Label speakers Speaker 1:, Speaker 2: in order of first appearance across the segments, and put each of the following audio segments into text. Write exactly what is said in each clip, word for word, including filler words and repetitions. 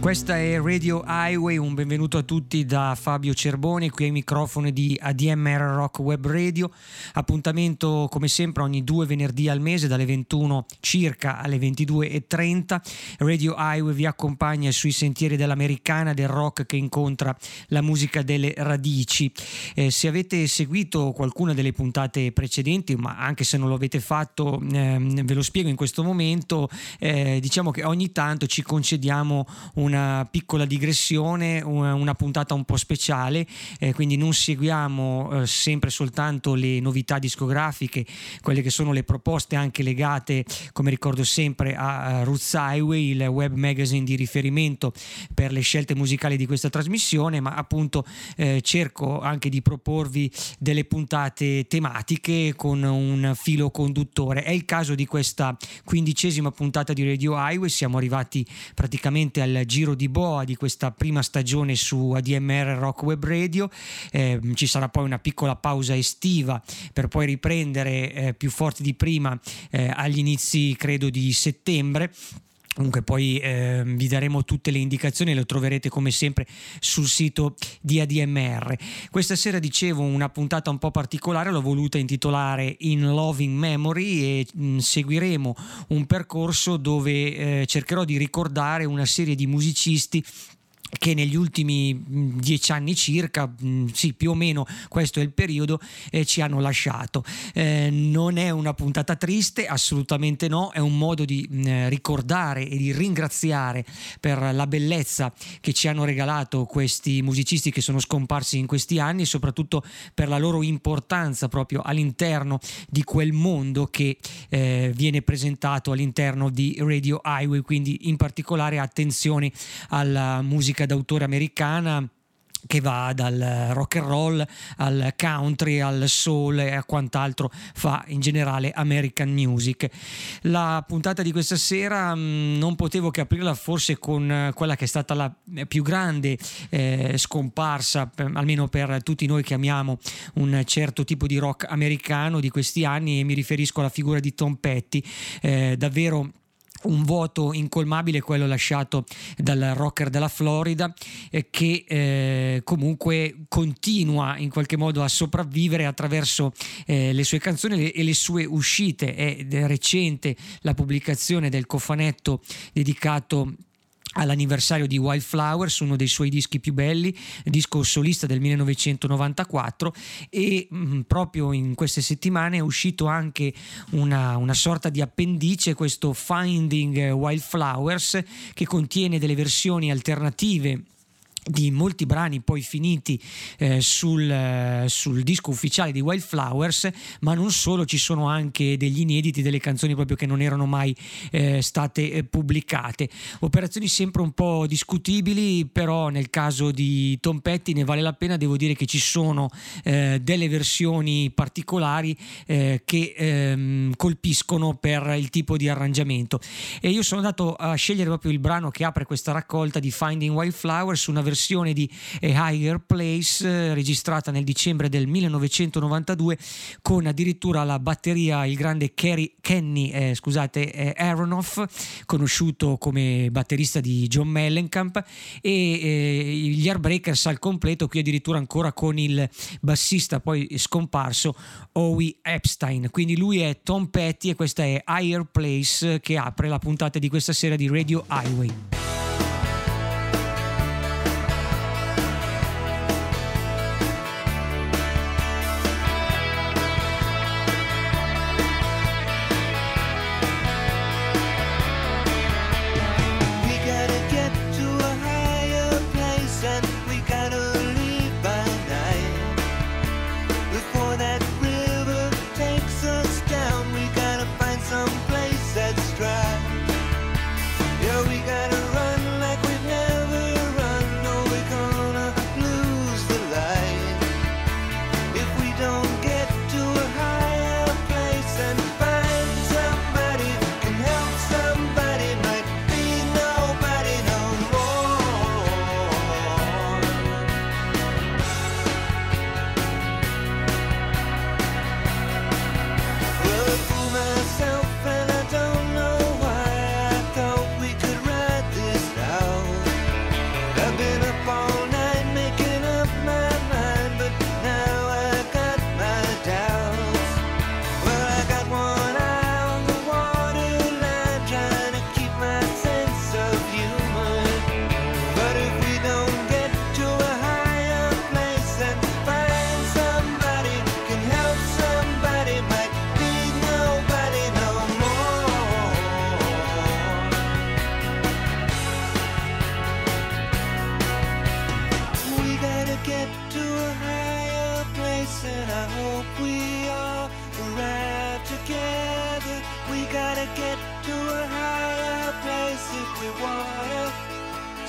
Speaker 1: Questa è Radio Highway, un benvenuto a tutti da Fabio Cerboni, qui ai microfoni di A D M R Rock Web Radio. Appuntamento come sempre ogni due venerdì al mese dalle ventuno circa alle ventidue e trenta. Radio Highway vi accompagna sui sentieri dell'americana, del rock che incontra la musica delle radici. Eh, se avete seguito qualcuna delle puntate precedenti, ma anche se non lo avete fatto, eh, ve lo spiego in questo momento. Eh, diciamo che ogni tanto ci concediamo una piccola digressione, una, una puntata un po' speciale, eh, quindi non seguiamo eh, sempre soltanto le novità discografiche, quelle che sono le proposte anche legate, come ricordo sempre, a, a Roots Highway, il web magazine di riferimento per le scelte musicali di questa trasmissione, ma appunto eh, cerco anche di proporvi delle puntate tematiche con un filo conduttore. È il caso di questa quindicesima puntata di Radio Highway. Siamo arrivati praticamente al giro di boa di questa prima stagione su A D M R Rock Web Radio. Eh, ci sarà poi una piccola pausa estiva per poi riprendere eh, più forti di prima eh, agli inizi credo di settembre. Comunque poi eh, vi daremo tutte le indicazioni, le troverete come sempre sul sito di A D M R. Questa sera, dicevo, una puntata un po' particolare, l'ho voluta intitolare In Loving Memory e mh, seguiremo un percorso dove eh, cercherò di ricordare una serie di musicisti che negli ultimi dieci anni circa, sì più o meno questo è il periodo, eh, ci hanno lasciato. Eh, non è una puntata triste, assolutamente no, è un modo di eh, ricordare e di ringraziare per la bellezza che ci hanno regalato questi musicisti che sono scomparsi in questi anni e soprattutto per la loro importanza proprio all'interno di quel mondo che eh, viene presentato all'interno di Radio Highway, quindi in particolare attenzione alla musica d'autore americana che va dal rock and roll al country al soul e a quant'altro fa in generale American music. La puntata di questa sera mh, non potevo che aprirla forse con quella che è stata la più grande eh, scomparsa, per, almeno per tutti noi che amiamo un certo tipo di rock americano di questi anni, e mi riferisco alla figura di Tom Petty. Eh, davvero un vuoto incolmabile quello lasciato dal rocker della Florida, eh, che eh, comunque continua in qualche modo a sopravvivere attraverso eh, le sue canzoni e le sue uscite. È recente la pubblicazione del cofanetto dedicato all'anniversario di Wildflowers, uno dei suoi dischi più belli, disco solista del millenovecentonovantaquattro, e mh, proprio in queste settimane è uscito anche una, una sorta di appendice, questo Finding Wildflowers, che contiene delle versioni alternative di molti brani poi finiti eh, sul, eh, sul disco ufficiale di Wildflowers, ma non solo, ci sono anche degli inediti, delle canzoni proprio che non erano mai eh, state eh, pubblicate. Operazioni sempre un po' discutibili, però nel caso di Tom Petty ne vale la pena. Devo dire che ci sono eh, delle versioni particolari eh, che ehm, colpiscono per il tipo di arrangiamento, e io sono andato a scegliere proprio il brano che apre questa raccolta di Finding Wildflowers, una versione di A Higher Place eh, registrata nel dicembre del millenovecentonovantadue, con addirittura alla batteria il grande Kerry, Kenny eh, scusate, eh, Aronoff, conosciuto come batterista di John Mellencamp, e eh, gli Heartbreakers al completo, qui addirittura ancora con il bassista poi scomparso Howie Epstein. Quindi lui è Tom Petty e questa è Higher Place, che apre la puntata di questa sera di Radio Highway.
Speaker 2: Some place that's dry. Yeah, we gotta run.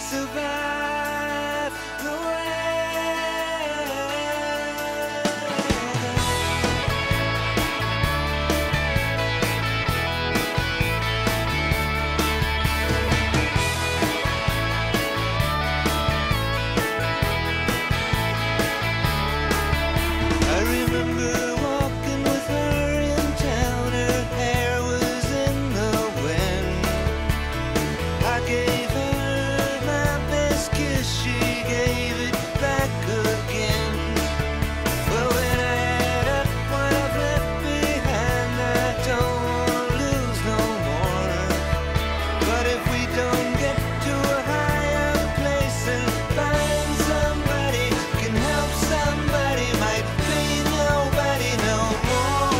Speaker 2: survive the way. I remember walking with her in town, her hair was in the wind. I gave her my best kiss, she gave it back again. Well, when I add up what I've left behind, I don't want to lose no more. But if we don't get to a higher place and find somebody, can help somebody, might be nobody no more.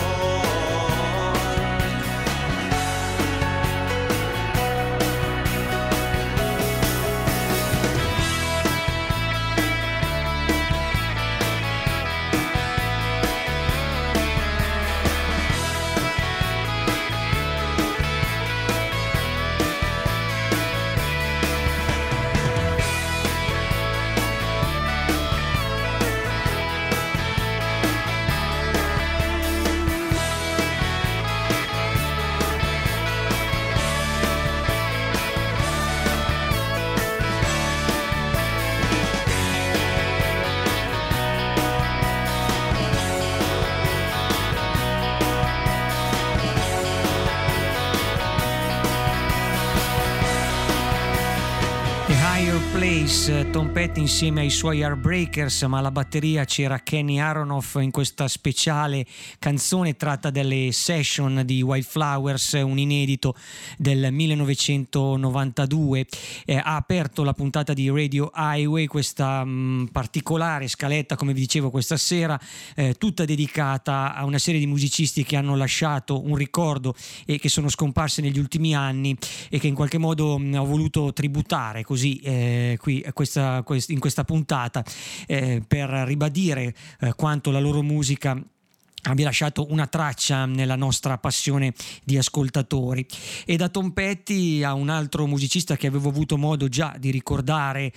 Speaker 1: Place, Tom Petty insieme ai suoi Heartbreakers, ma alla batteria c'era Kenny Aronoff in questa speciale canzone tratta dalle session di Wildflowers, un inedito del millenovecentonovantadue. Eh, ha aperto la puntata di Radio Highway questa mh, particolare scaletta, come vi dicevo questa sera, eh, tutta dedicata a una serie di musicisti che hanno lasciato un ricordo e che sono scomparsi negli ultimi anni e che in qualche modo mh, ho voluto tributare così eh, qui questa, quest, in questa puntata eh, per ribadire eh, quanto la loro musica abbia lasciato una traccia nella nostra passione di ascoltatori. E da Tom Petty a un altro musicista che avevo avuto modo già di ricordare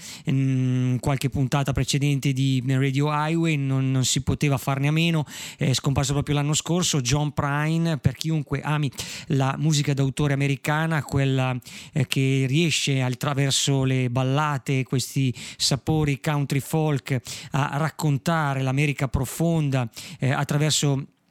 Speaker 1: in qualche puntata precedente di Radio Highway, non, non si poteva farne a meno, è scomparso proprio l'anno scorso, John Prine. Per chiunque ami la musica d'autore americana, quella eh, che riesce attraverso le ballate, questi sapori country folk a raccontare l'America profonda eh, attraverso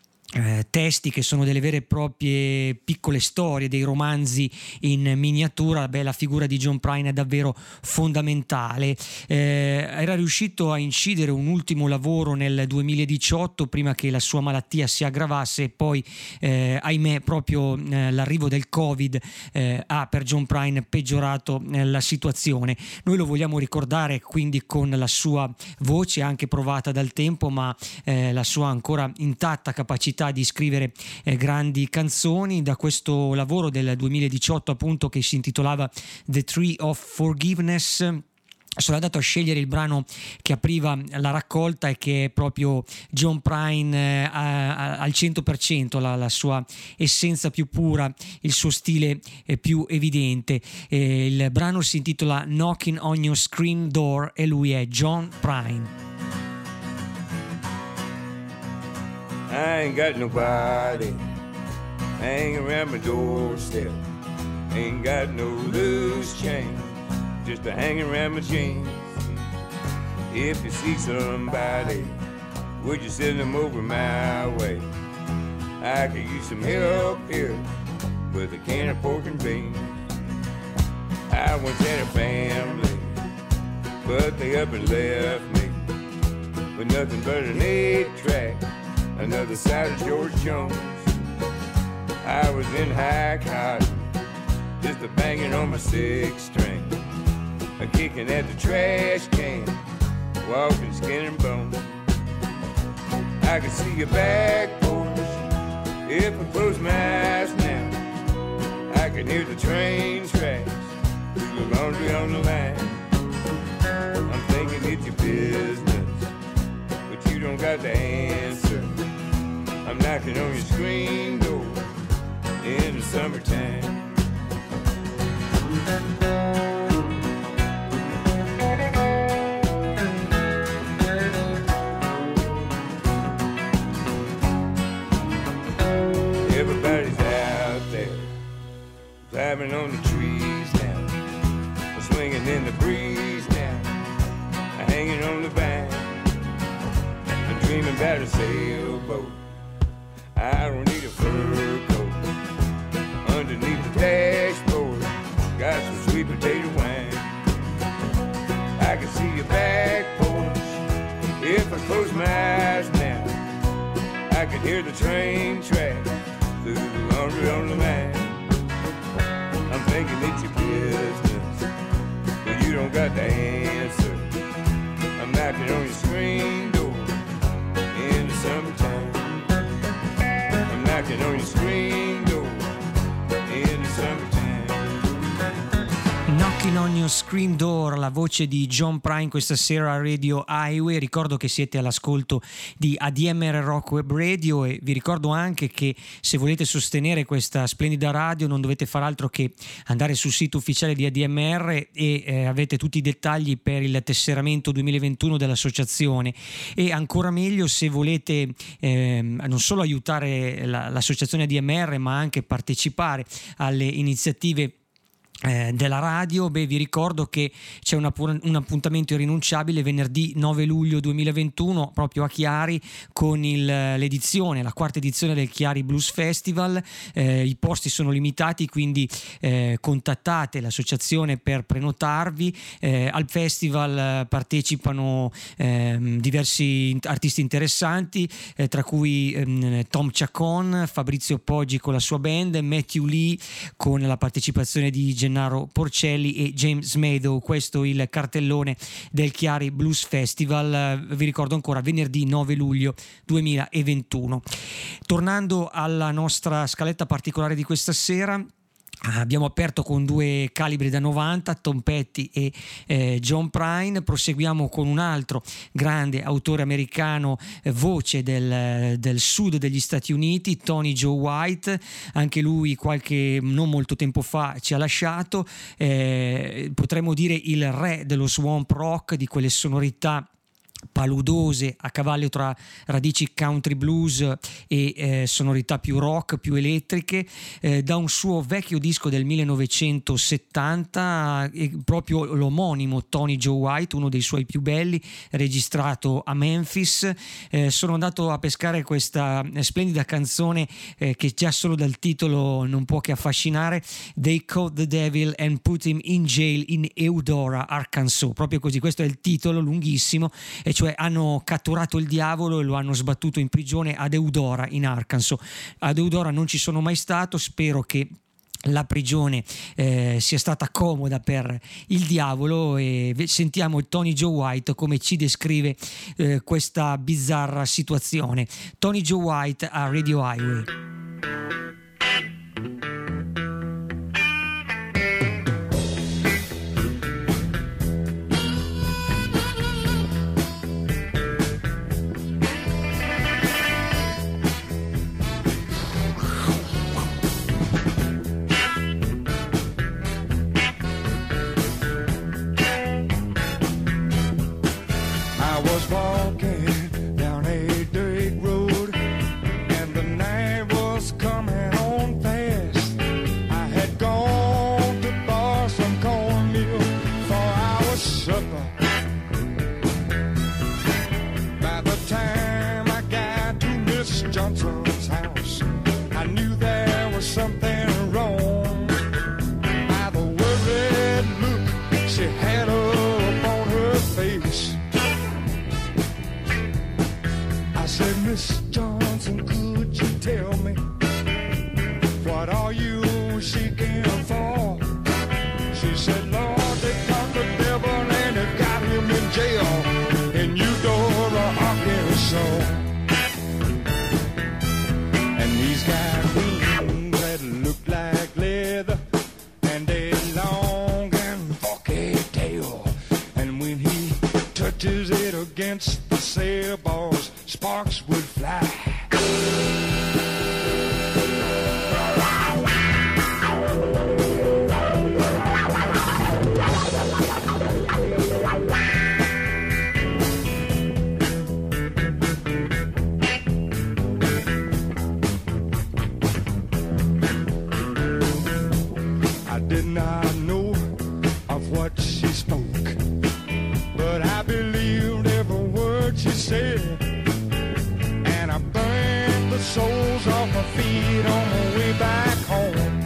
Speaker 1: Eh, testi che sono delle vere e proprie piccole storie, dei romanzi in miniatura. Beh, la figura di John Prine è davvero fondamentale. Eh, era riuscito a incidere un ultimo lavoro nel duemiladiciotto prima che la sua malattia si aggravasse e poi eh, ahimè proprio eh, l'arrivo del Covid eh, ha per John Prine peggiorato eh, la situazione. Noi lo vogliamo ricordare quindi con la sua voce anche provata dal tempo, ma eh, la sua ancora intatta capacità di scrivere eh, grandi canzoni. Da questo lavoro del duemiladiciotto appunto, che si intitolava The Tree of Forgiveness, sono andato a scegliere il brano che apriva la raccolta e che è proprio John Prine eh, a, a, al cento per cento, la, la sua essenza più pura, il suo stile eh, più evidente. Eh, il brano si intitola Knocking on Your Screen Door e lui è John Prine.
Speaker 3: I ain't got nobody hanging around my doorstep. Ain't got no loose change, just a hanging around my jeans. If you see somebody, would you send them over my way? I could use some help here with a can of pork and beans. I once had a family, but they up and left me with nothing but an eight track, another side of George Jones. I was in high cotton, just a banging on my six string, a kicking at the trash can, walking skin and bone. I could see your back porch if I close my eyes now. I can hear the train tracks, the laundry on the line. I'm thinking it's your business, but you don't got the answer. I'm knocking on your screen door in the summertime. And in the breeze now, hanging on the bank, I'm dreaming about a sailboat. I don't need a fur coat. Underneath the dashboard, got some sweet potato wine. I can see your back porch if I close my eyes now. I can hear the train tracks through the laundry on the line. I'm thinking it's your business, but you don't got the answer. I'm knocking on your screen door in the summertime. I'm knocking on your screen door in the summertime.
Speaker 1: Knocking on Your Screen Door, la voce di John Prine questa sera a Radio Highway. Ricordo che siete all'ascolto di A D M R Rock Web Radio e vi ricordo anche che se volete sostenere questa splendida radio non dovete far altro che andare sul sito ufficiale di A D M R e eh, avete tutti i dettagli per il tesseramento duemilaventuno dell'associazione, e ancora meglio se volete eh, non solo aiutare la, l'associazione A D M R ma anche partecipare alle iniziative Eh, della radio. Beh, vi ricordo che c'è una, un appuntamento irrinunciabile venerdì nove luglio duemilaventuno proprio a Chiari con il, l'edizione, la quarta edizione del Chiari Blues Festival. Eh, i posti sono limitati, quindi eh, contattate l'associazione per prenotarvi. Eh, al festival eh, partecipano eh, diversi artisti interessanti, eh, tra cui eh, Tom Chacon, Fabrizio Poggi con la sua band, Matthew Lee con la partecipazione di Gennaro Porcelli e James Meadow. Questo è il cartellone del Chiari Blues Festival, vi ricordo ancora venerdì nove luglio duemilaventuno. Tornando alla nostra scaletta particolare di questa sera, abbiamo aperto con due calibri da novanta, Tom Petty e eh, John Prine. Proseguiamo con un altro grande autore americano, eh, voce del, del sud degli Stati Uniti, Tony Joe White. Anche lui qualche non molto tempo fa ci ha lasciato, eh, potremmo dire il re dello swamp rock, di quelle sonorità paludose a cavallo tra radici country blues e eh, sonorità più rock, più elettriche. Eh, da un suo vecchio disco del millenovecentosettanta, eh, proprio l'omonimo Tony Joe White, uno dei suoi più belli, registrato a Memphis. Eh, sono andato a pescare questa splendida canzone eh, che già solo dal titolo non può che affascinare, They Caught the Devil and Put Him in Jail in Eudora, Arkansas. Proprio così, questo è il titolo lunghissimo, e cioè hanno catturato il diavolo e lo hanno sbattuto in prigione ad Eudora in Arkansas. Ad Eudora non ci sono mai stato, spero che la prigione eh, sia stata comoda per il diavolo, e sentiamo Tony Joe White come ci descrive eh, questa bizzarra situazione. Tony Joe White a Radio Highway.
Speaker 4: Walking down a dirt road, and the night was coming on fast. I had gone to buy some cornmeal for our supper. By the time I got to Miss Johnson's house, I knew there was something wrong. By the worried look she had up on her face, I said, Miss Johnson, could you tell me, what are you seeking for? She said, Lord, they caught the devil and they got him in jail in Eudora, Arkansas. And he's got wings that look like leather and a long and forky tail. And when he touches it against the sailboats, sparks would fly. I did not know of what she my feet on my way back home.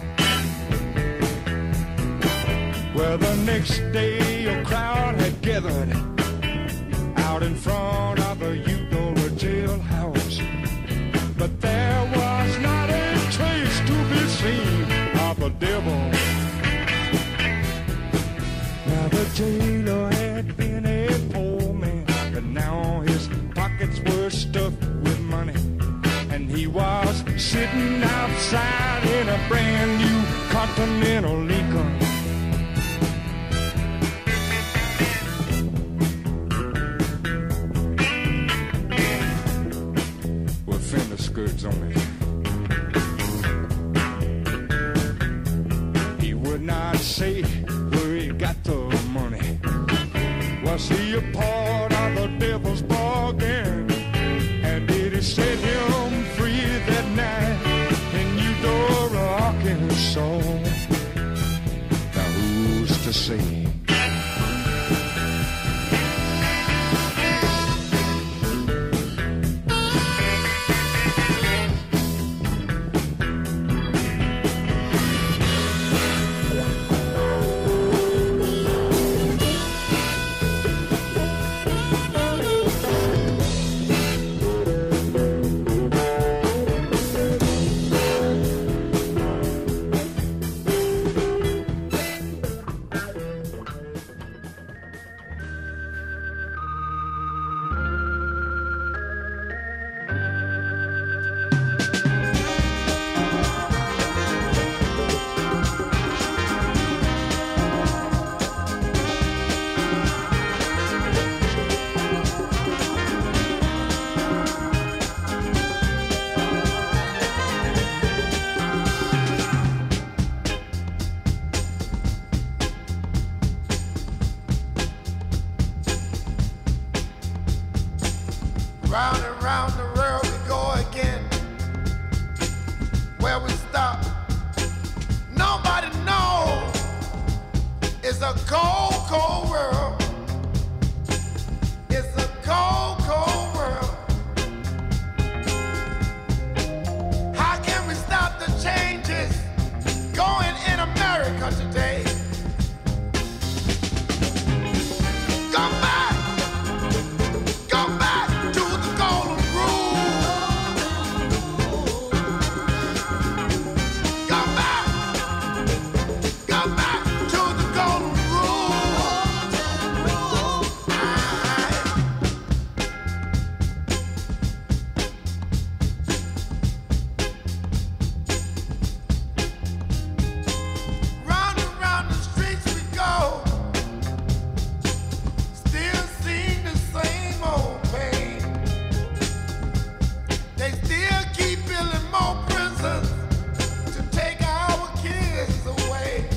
Speaker 4: Well, the next day a crowd had gathered out in front of the Eudora jailhouse, but there was not a trace to be seen of the devil. Now the jailer had been a poor man, but now his pockets were stuffed with money, and he was sitting outside in a brand new Continental Lincoln. With fender skirts on it. He would not say where he got the money. Was he a part of the devil's bargain? And did he set him free that night in Eudora, Arkansas? Now who's to say?
Speaker 5: Round and round the world we go again. Where we stop, nobody knows. It's a cold, cold world. It's a cold, cold world. How can we stop the changes going in America today? Come back. Come back to the golden rule. Come back. Come back to the golden rule. Round and round the streets we go. Still seeing the same old pain. They still keep building more prisons to take our kids away.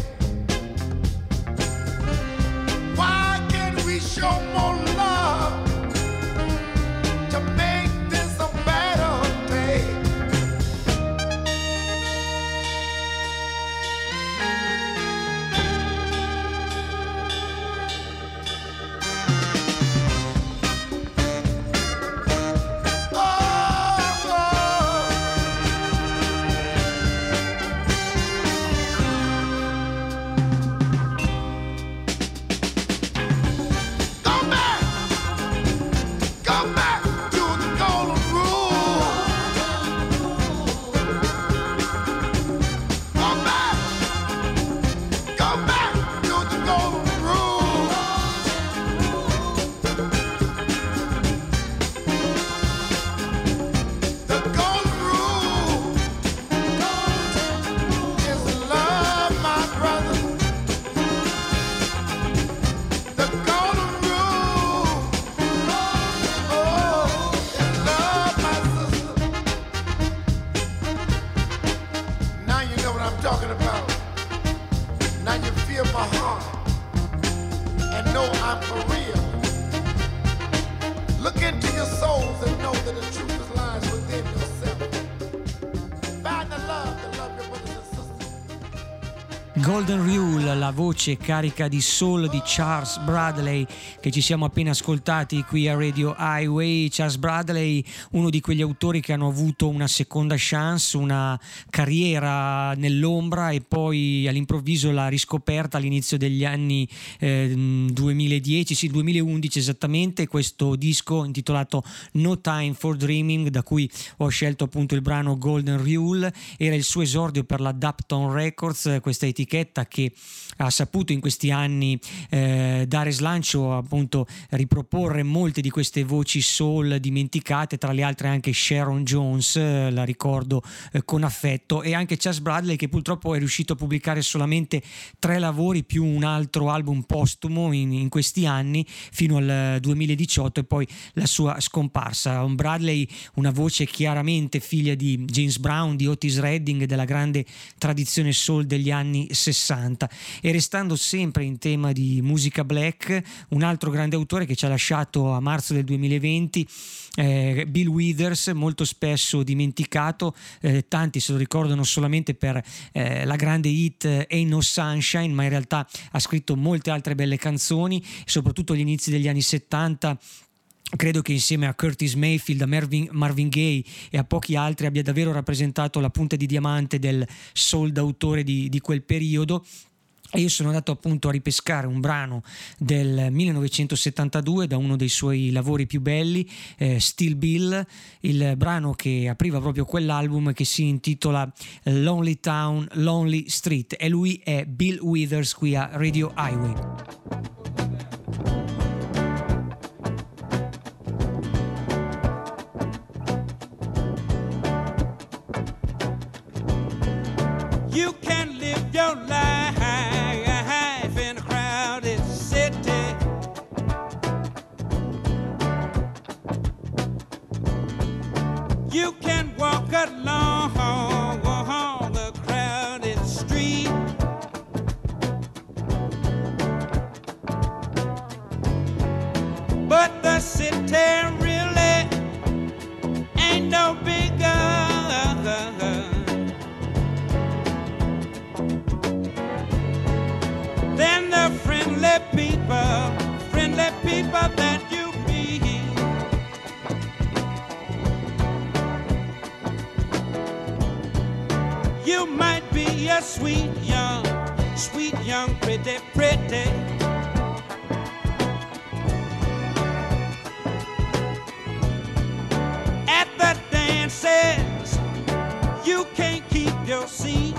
Speaker 5: Why can't we show more love to make this a better day? Come back, come back to the golden rule. Come back, come back to the golden rule. The golden rule is love, my brother. The golden rule, oh, is love, my sister. Now you know what I'm talking about. Now you feel my heart and know I'm for real. Look into your souls and know that the truth lies within yourself. Find the love to love your brothers and sisters.
Speaker 1: Golden Rule, la voce carica di soul di Charles Bradley che ci siamo appena ascoltati qui a Radio Highway. Charles Bradley, uno di quegli autori che hanno avuto una seconda chance, una carriera nell'ombra e poi all'improvviso l'ha riscoperta all'inizio degli anni eh, duemiladieci, sì duemilaundici esattamente, questo disco intitolato No Time for Dreaming, da cui ho scelto appunto il brano Golden Rule. Era il suo esordio per la Dapton Records, questa etichetta che ha saputo in questi anni eh, dare slancio, appunto riproporre molte di queste voci soul dimenticate, tra le altre anche Sharon Jones, eh, la ricordo eh, con affetto, e anche Charles Bradley, che purtroppo è riuscito a pubblicare solamente tre lavori più un altro album postumo in, in questi anni fino al duemiladiciotto e poi la sua scomparsa. Un Bradley, una voce chiaramente figlia di James Brown, di Otis Redding e della grande tradizione soul degli anni sessanta. E restando sempre in tema di musica black, un altro grande autore che ci ha lasciato a marzo del duemilaventi, eh, Bill Withers, molto spesso dimenticato, eh, tanti se lo ricordano solamente per eh, la grande hit Ain't No Sunshine, ma in realtà ha scritto molte altre belle canzoni, soprattutto agli inizi degli anni settanta. Credo che insieme a Curtis Mayfield, a Marvin, Marvin Gaye e a pochi altri abbia davvero rappresentato la punta di diamante del soul d'autore di, di quel periodo. E io sono andato appunto a ripescare un brano del millenovecentosettantadue da uno dei suoi lavori più belli, eh, Still Bill, il brano che apriva proprio quell'album, che si intitola Lonely Town, Lonely Street, e lui è Bill Withers qui a Radio Highway.
Speaker 6: You can live your life in a crowded city. You can walk along the crowded street. But the city really ain't no bigger than the friendly people, friendly people that you meet. You might be a sweet young, sweet young, pretty, pretty. At the dances, you can't keep your seat.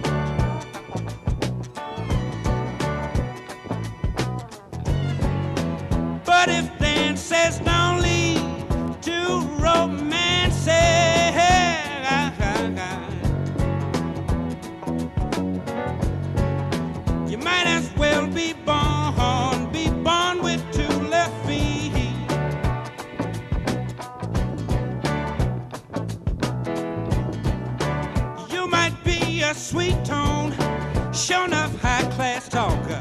Speaker 6: But if dances don't lead to romance, you might as well be born, be born with two left feet. You might be a sweet tone, sure enough high class talker.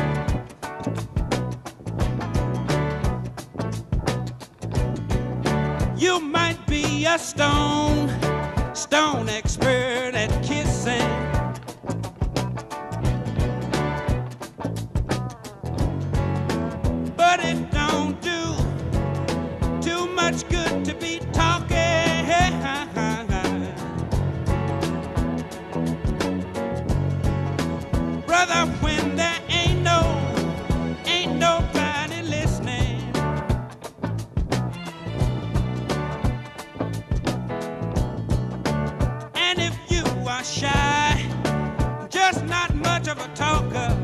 Speaker 6: You might be a stone, stone expert at kissing. But it don't do too much good to be talking. Brother, when there ain't no, ain't nobody listening. And if you are shy, just not much of a talker,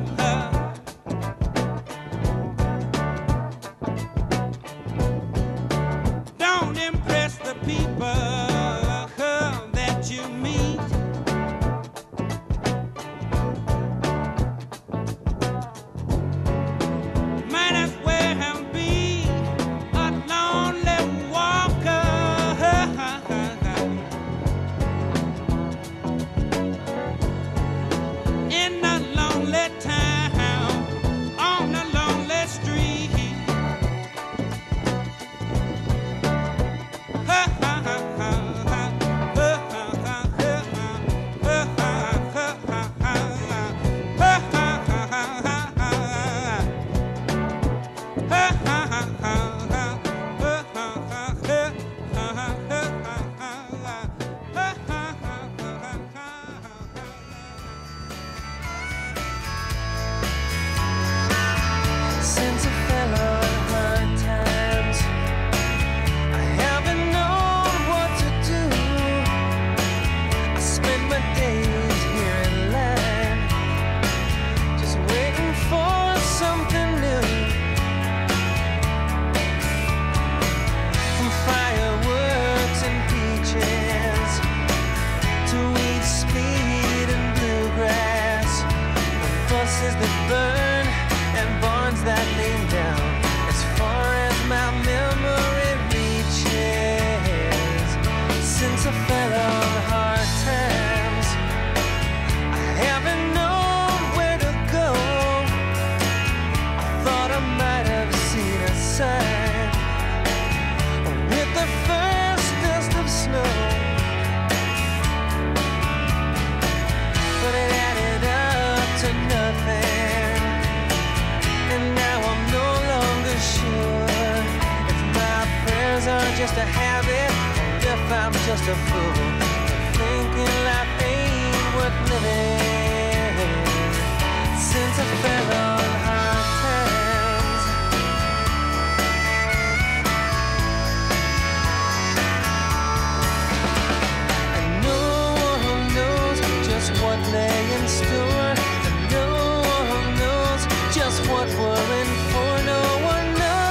Speaker 6: don't impress the
Speaker 2: just a habit or if I'm just a fool thinking life ain't worth living since I fell on hard times. And no one knows just what lay in store, and no one knows just what we're in for. No one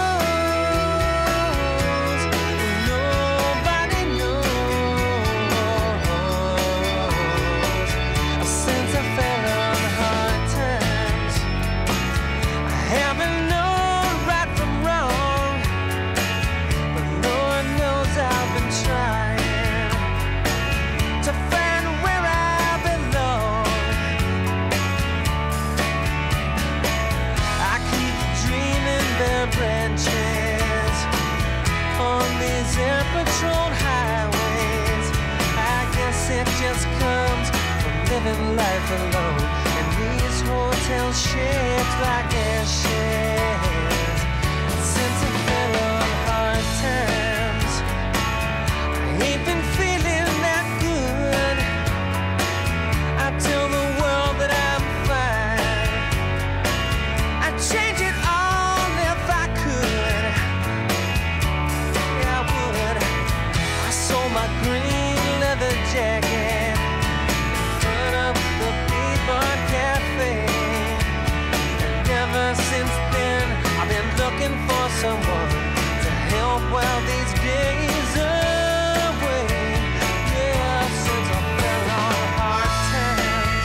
Speaker 2: air-patrolled highways. I guess it just comes from living life alone, and these hotels shaped like ashes. Since I fell on hard times, I ain't been feeling that good. I tell the world that I'm fine. I'd change it all if I could. Yeah, I would. I sold my green leather jacket in front of the Piedmont Cafe, and ever since then I've been looking for someone to help while these days away. Yeah, since I fell on hard times.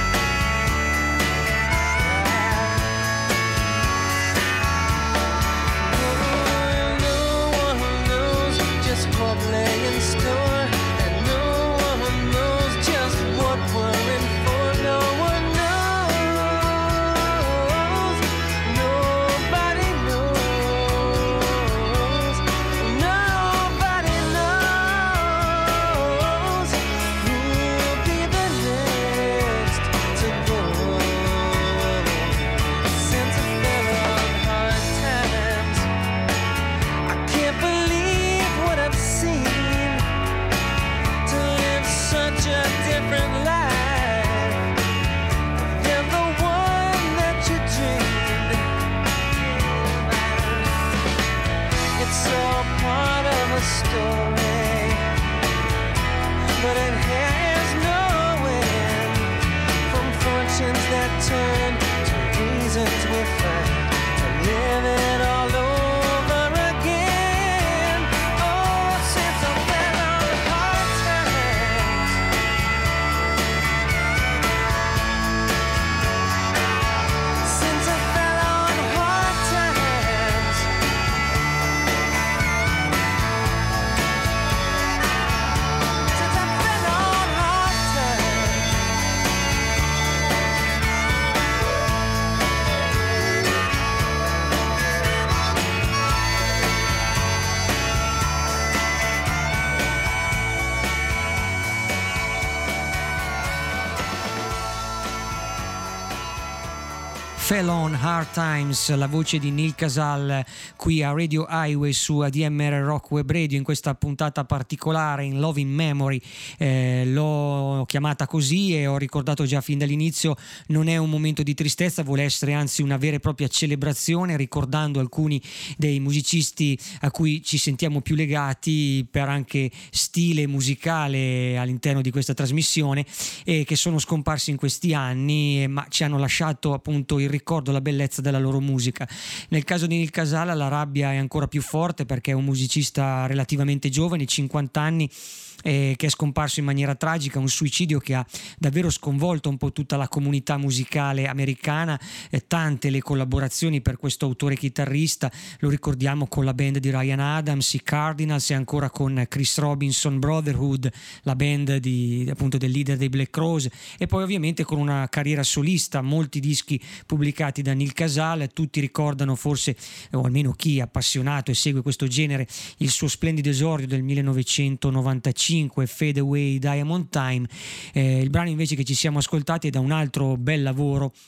Speaker 2: Oh, no one knows just what lay in store, and no one knows just what we're in for. No one knows. Nobody knows. Nobody knows who'll be the next to go. Since I fell on hard times, I can't believe what I've seen. To live such a different life than the one that you dreamed. It's all part of a story, but it has no end. From fortunes that turn to reasons we find to live it all over again. Oh, since I fell on hard times, since I fell on hard times, since I fell on hard times.
Speaker 1: Fell on Hard Times, la voce di Neil Casal qui a Radio Highway su A D M R Rock Web Radio in questa puntata particolare in Love in Memory. Eh, l'ho chiamata così e ho ricordato già fin dall'inizio, non è un momento di tristezza, vuole essere anzi una vera e propria celebrazione, ricordando alcuni dei musicisti a cui ci sentiamo più legati per anche stile musicale all'interno di questa trasmissione e che sono scomparsi in questi anni, ma ci hanno lasciato appunto il ricordo, la bellezza della loro musica. Nel caso di Neil Casal la rabbia è ancora più forte perché è un musicista relativamente giovane, cinquanta anni, eh, che è scomparso in maniera tragica, un suicidio che ha davvero sconvolto un po' tutta la comunità musicale americana, eh, tante le collaborazioni per questo autore chitarrista, lo ricordiamo con la band di Ryan Adams, i Cardinals, e ancora con Chris Robinson Brotherhood, la band di, appunto del leader dei Black Crowes, e poi ovviamente con una carriera solista, molti dischi pubblicati da Neil Casal. Tutti ricordano forse, o almeno chi è appassionato e segue questo genere, il suo splendido esordio del millenovecentonovantacinque, Fade Away Diamond Time. Eh, il brano invece che ci siamo ascoltati è da un altro bel lavoro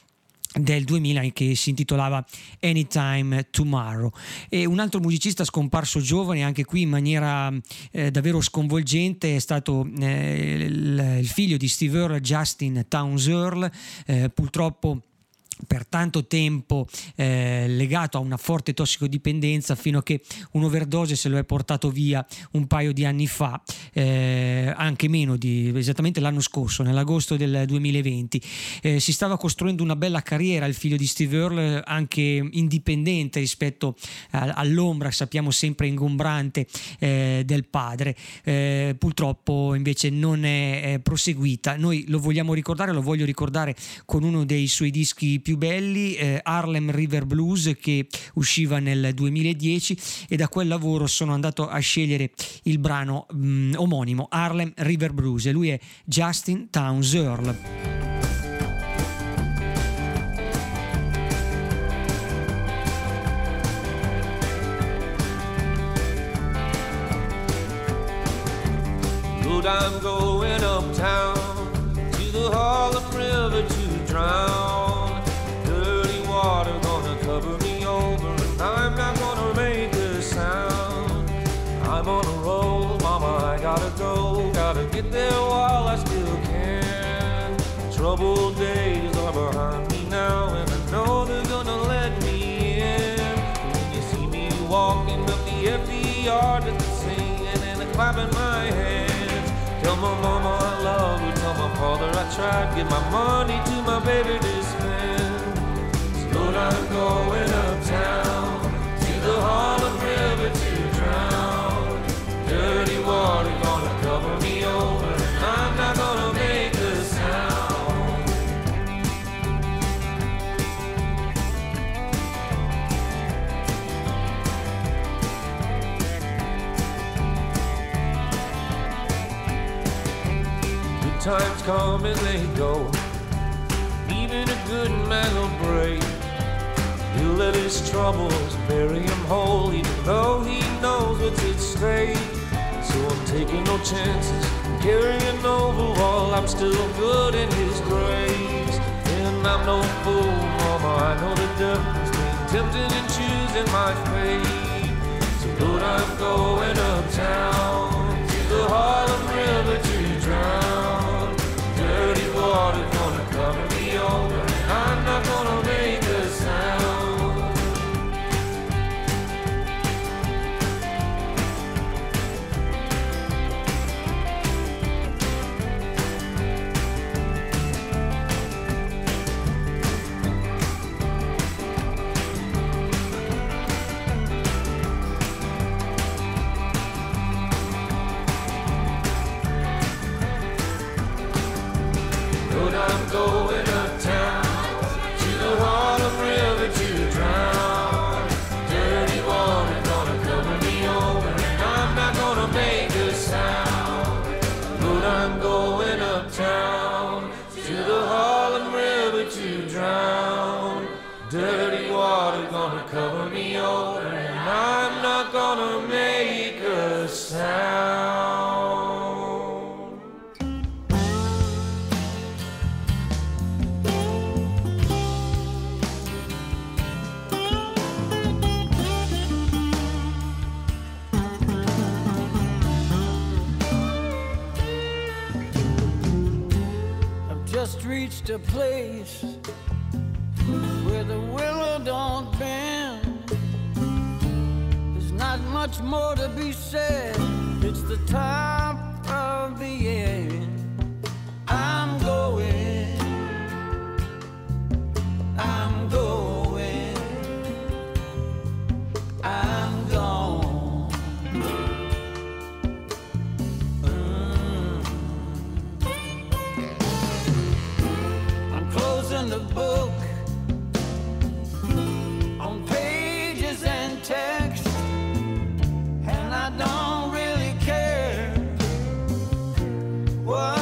Speaker 1: del duemila che si intitolava Anytime Tomorrow. E un altro musicista scomparso giovane, anche qui in maniera eh, davvero sconvolgente, è stato eh, il, il figlio di Steve Earle, Justin Townes Earle, eh, purtroppo per tanto tempo eh, legato a una forte tossicodipendenza, fino a che un'overdose se lo è portato via un paio di anni fa, eh, anche meno di esattamente l'anno scorso, nell'agosto del duemilaventi. Eh, si stava costruendo una bella carriera il figlio di Steve Earle, anche indipendente rispetto a, all'ombra, sappiamo sempre ingombrante, eh, del padre. Eh, purtroppo invece non è, è proseguita. Noi lo vogliamo ricordare, lo voglio ricordare con uno dei suoi dischi più belli, eh, Harlem River Blues, che usciva nel duemiladieci, e da quel lavoro sono andato a scegliere il brano mh, omonimo, Harlem River Blues, e lui è Justin Townes Earle.
Speaker 7: Lord, I'm going uptown to the Harlem River to drown. Dirty water gonna cover me over, and I'm not gonna make a sound. I'm on a roll, mama, I gotta go. Gotta get there while I still can. Troubled days are behind me now, and I know they're gonna let me in. When you see me walking up the empty yard with the singing and the clapping my hands, tell my mama I love her, tell my father I tried to get my money to my baby to spend. So Lord, I'm going uptown to the Harlem River to drown. Dirty water gonna cover me over, and I'm not gonna make a sound. Good times come and they go, even a good man will break. He'll let his troubles bury him whole, even though he knows what's at stake. So I'm taking no chances, carrying over while I'm still good in his grace. And I'm no fool, mama, I know the difference between tempting and choosing my fate. So Lord, I'm going uptown to the Harlem River to drown. Dirty water gonna cover me over, and I'm not gonna make a sound. Lord, I'm going uptown to the Harlem River to drown. Dirty water gonna cover me over, and I'm not gonna make a sound. Lord, I'm going uptown to the Harlem River to drown. Dirty water gonna cover me over, and I'm not gonna make a sound.
Speaker 8: Just reached a place where the willow don't bend. There's not much more to be said. It's the top of the end. I'm going, I'm going, I'm gone. Closing the book on pages and text, and I don't really care what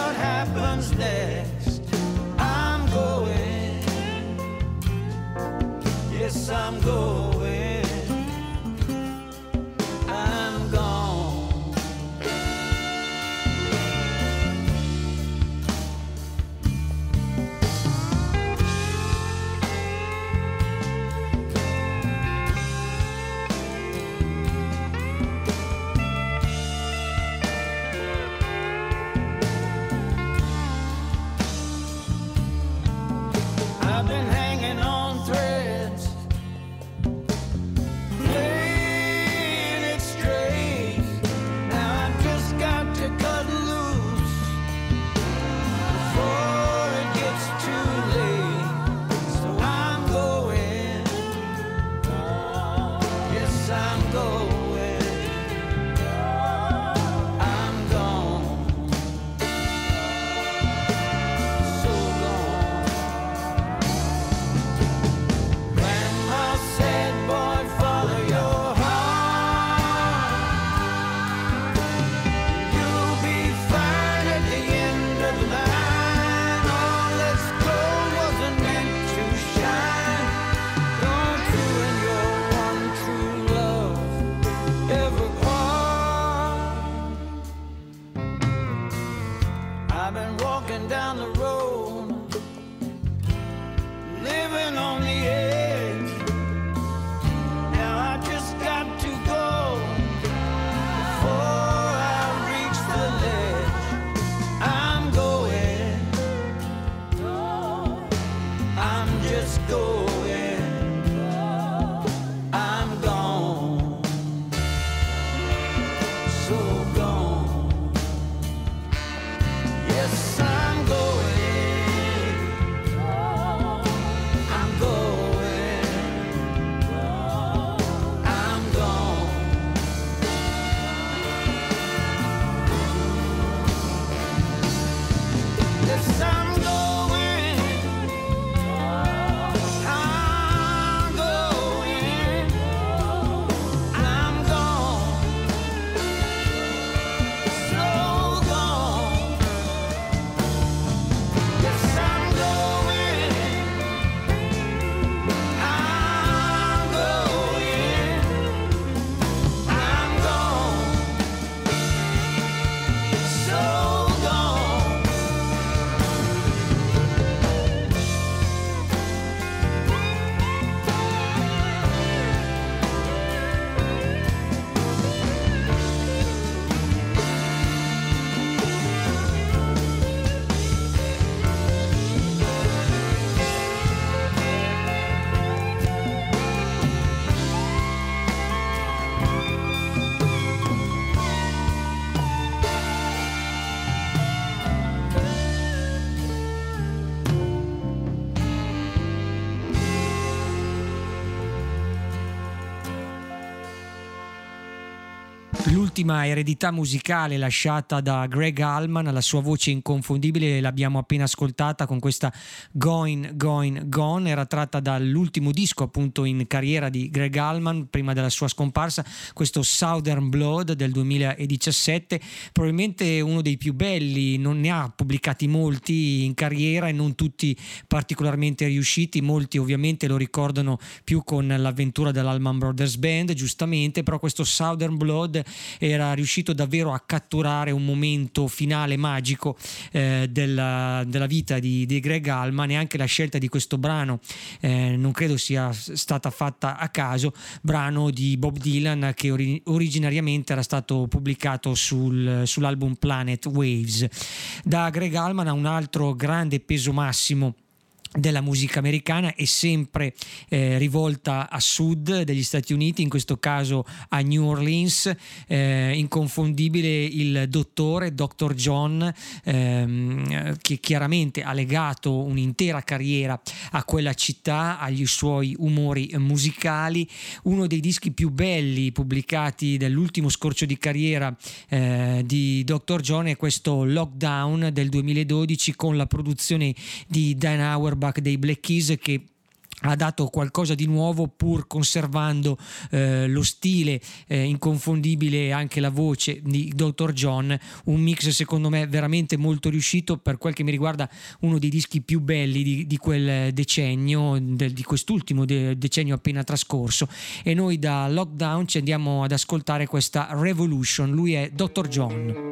Speaker 1: L'ultima eredità musicale lasciata da Greg Allman, la sua voce inconfondibile, l'abbiamo appena ascoltata con questa Going, Going, Gone, era tratta dall'ultimo disco appunto in carriera di Greg Allman prima della sua scomparsa, questo Southern Blood del duemiladiciassette, probabilmente uno dei più belli, non ne ha pubblicati molti in carriera e non tutti particolarmente riusciti, molti ovviamente lo ricordano più con l'avventura dell'Allman Brothers Band, giustamente, però questo Southern Blood era riuscito davvero a catturare un momento finale magico eh, della, della vita di, di Greg Allman, e anche la scelta di questo brano eh, non credo sia stata fatta a caso, brano di Bob Dylan che ori- originariamente era stato pubblicato sul, sull'album Planet Waves. Da Greg Allman a un altro grande peso massimo della musica americana e sempre eh, rivolta a sud degli Stati Uniti, in questo caso a New Orleans, eh, inconfondibile il dottore doctor John, ehm, che chiaramente ha legato un'intera carriera a quella città, agli suoi umori musicali. Uno dei dischi più belli pubblicati dell'ultimo scorcio di carriera eh, di doctor John è questo Lockdown del duemiladodici, con la produzione di Dan Auerbach dei Black Keys, che ha dato qualcosa di nuovo pur conservando eh, lo stile eh, inconfondibile e anche la voce di doctor John, un mix secondo me veramente molto riuscito, per quel che mi riguarda uno dei dischi più belli di, di quel decennio, del, di quest'ultimo de- decennio appena trascorso. E noi da Lockdown ci andiamo ad ascoltare questa Revolution, lui è doctor John.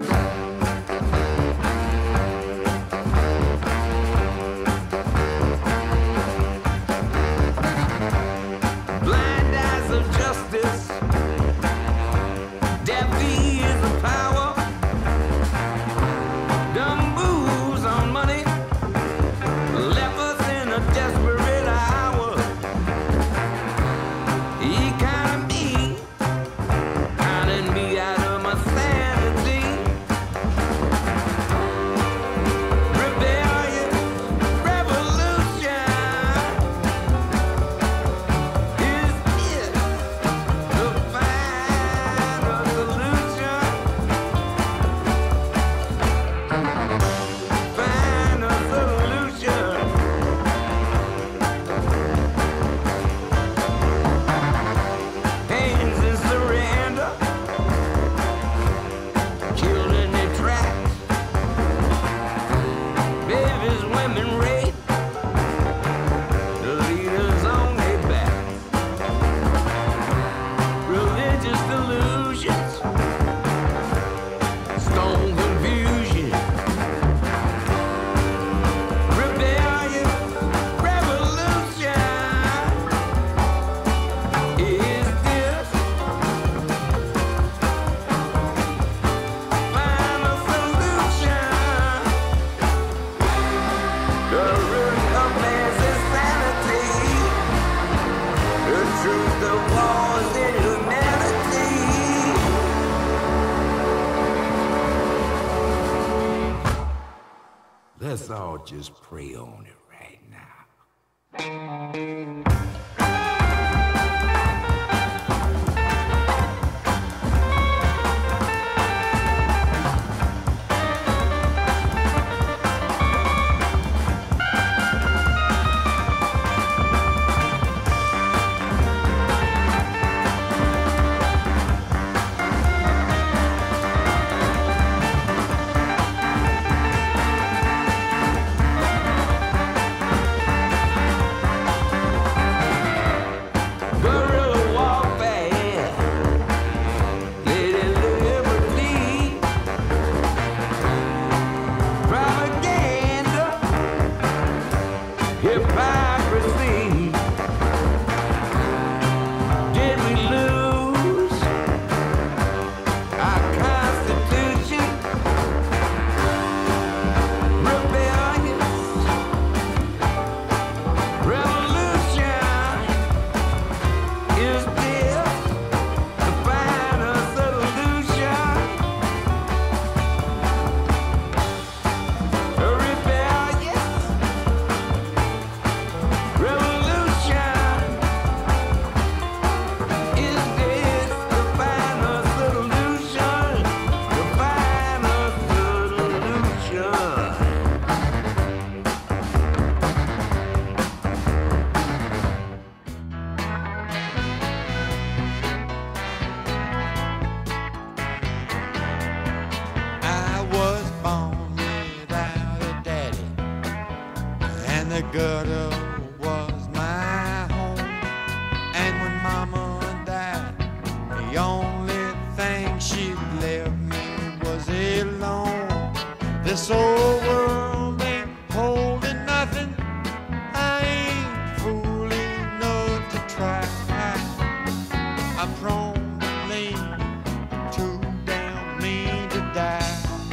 Speaker 9: Let's all just pray on it right now.
Speaker 2: Thank
Speaker 4: gutter was my home. And when Mama died, the only thing she left me was alone. This old world ain't holding nothing. I ain't fool enough to try. I'm prone to lean, too damn mean to die.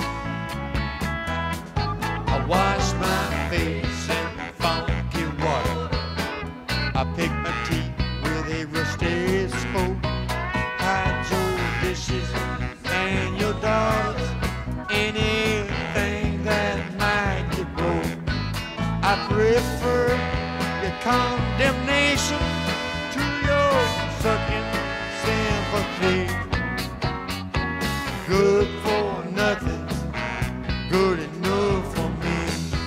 Speaker 4: I wash my face in funky water. I pick my teeth with a rusty spoon. Hide your dishes and your dogs, anything that might get broke. I prefer your condemnation to your sucking sympathy. Good for nothing, good enough for me.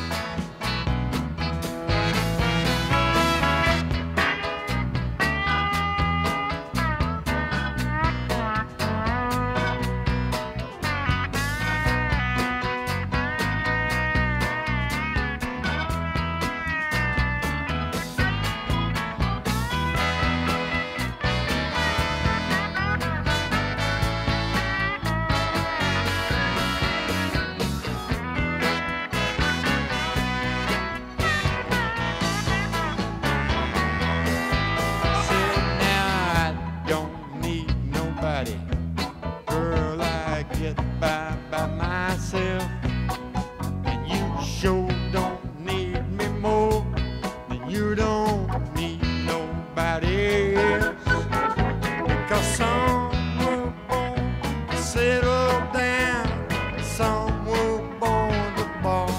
Speaker 4: Girl, I get by by myself, and you sure don't need me more than you don't need nobody else. Because some were born to settle down, some were born to ball.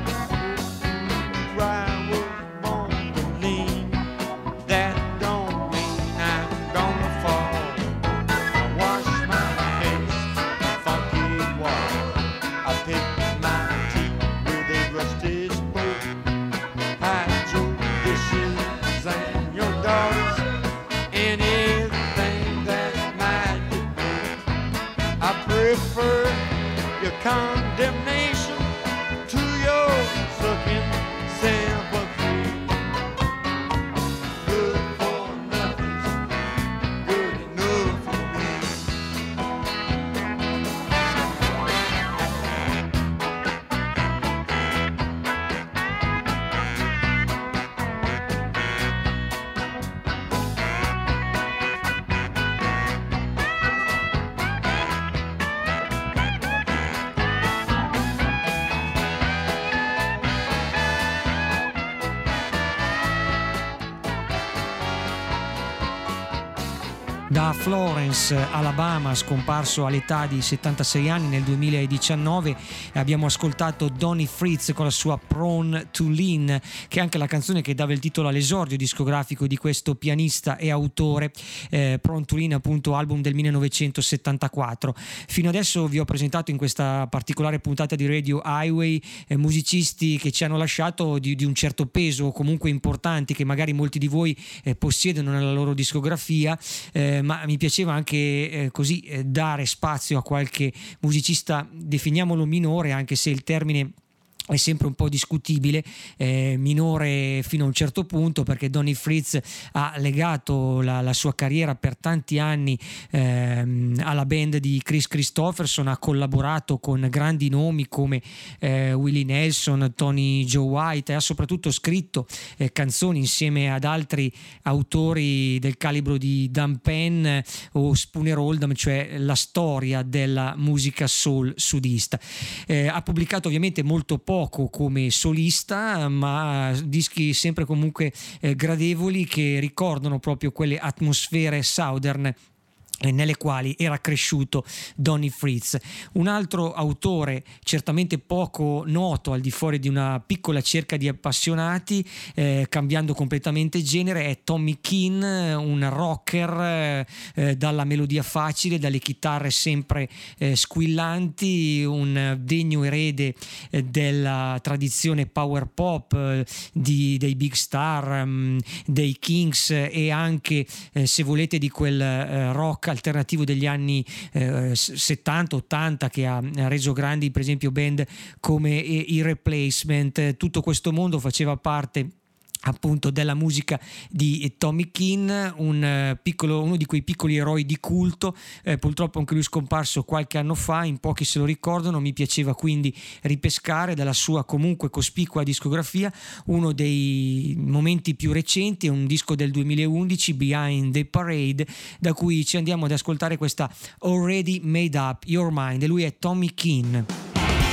Speaker 4: I was born to lean, that don't mean I'm gonna fall. Prefer your condemnation to your sucking sympathy. Good for nothing's good enough for me.
Speaker 1: Da Florence, Alabama, scomparso all'età di settantasei anni nel duemiladiciannove, abbiamo ascoltato Donnie Fritz con la sua Prone to Lean, che è anche la canzone che dava il titolo all'esordio discografico di questo pianista e autore. eh, Prone to Lean, appunto, album del millenovecentosettantaquattro. Fino adesso vi ho presentato in questa particolare puntata di Radio Highway eh, musicisti che ci hanno lasciato di, di un certo peso, comunque importanti, che magari molti di voi eh, possiedono nella loro discografia. Eh, ma mi piaceva anche eh, così eh, dare spazio a qualche musicista, definiamolo minore, anche se il termine è sempre un po' discutibile, eh, minore fino a un certo punto, perché Donnie Fritz ha legato la, la sua carriera per tanti anni ehm, alla band di Chris Christopherson, ha collaborato con grandi nomi come eh, Willie Nelson, Tony Joe White, e ha soprattutto scritto eh, canzoni insieme ad altri autori del calibro di Dan Penn o Spooner Oldham, cioè la storia della musica soul sudista. Eh, ha pubblicato ovviamente molto poco poco come solista, ma dischi sempre comunque eh, gradevoli, che ricordano proprio quelle atmosfere southern nelle quali era cresciuto Donnie Fritz. Un altro autore certamente poco noto al di fuori di una piccola cerca di appassionati, eh, cambiando completamente genere, è Tommy Keane, un rocker eh, dalla melodia facile, dalle chitarre sempre eh, squillanti, un degno erede eh, della tradizione power pop eh, di, dei Big Star, um, dei Kings, e anche eh, se volete di quel eh, rock alternativo degli anni eh, settanta ottanta, che ha reso grandi per esempio band come i Replacement. Tutto questo mondo faceva parte appunto della musica di Tommy Keane, un piccolo, uno di quei piccoli eroi di culto, eh, purtroppo anche lui scomparso qualche anno fa, in pochi se lo ricordano. Mi piaceva quindi ripescare dalla sua comunque cospicua discografia uno dei momenti più recenti, è un disco del duemilaundici, Behind the Parade, da cui ci andiamo ad ascoltare questa Already Made Up Your Mind, e lui è Tommy Keane.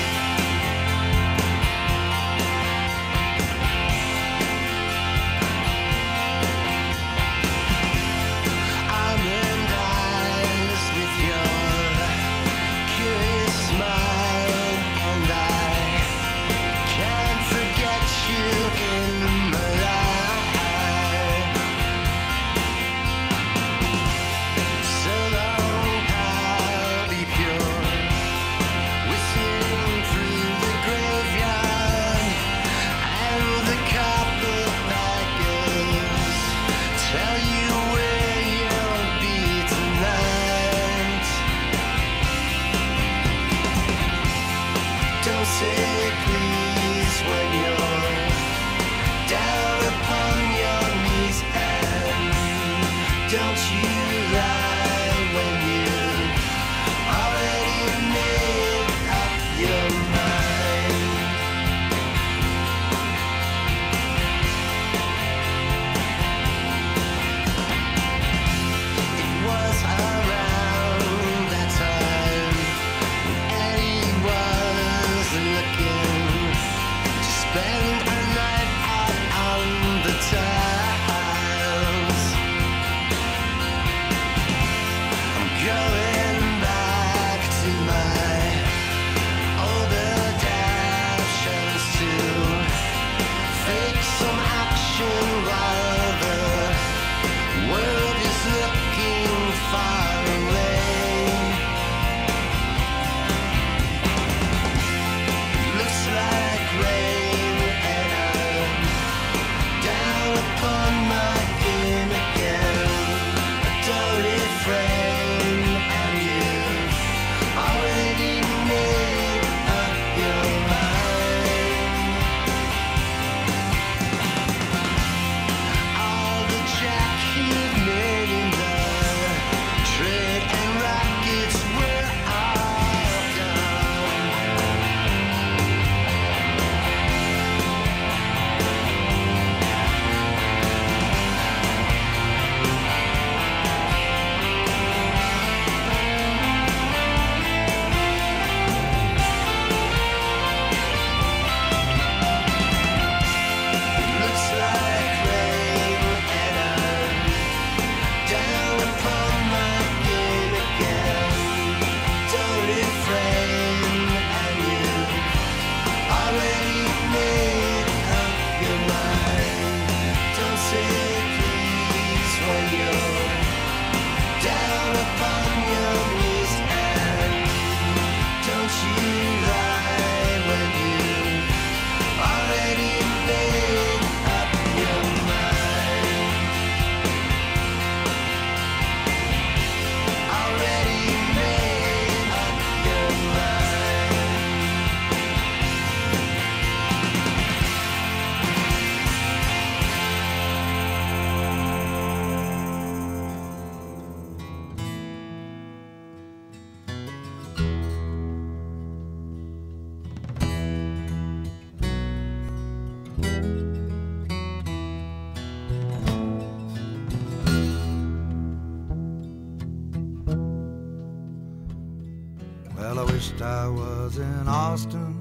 Speaker 10: Well, I wished I was in Austin,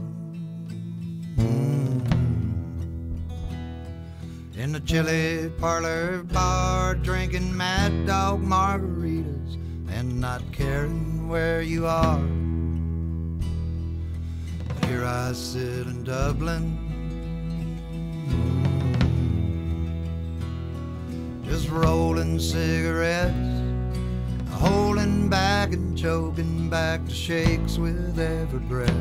Speaker 10: mm. in the chili parlor bar, drinking Mad Dog margaritas and not caring where you are. But here I sit in Dublin, mm. just rolling cigarettes, holding back and choking back the shakes with every breath.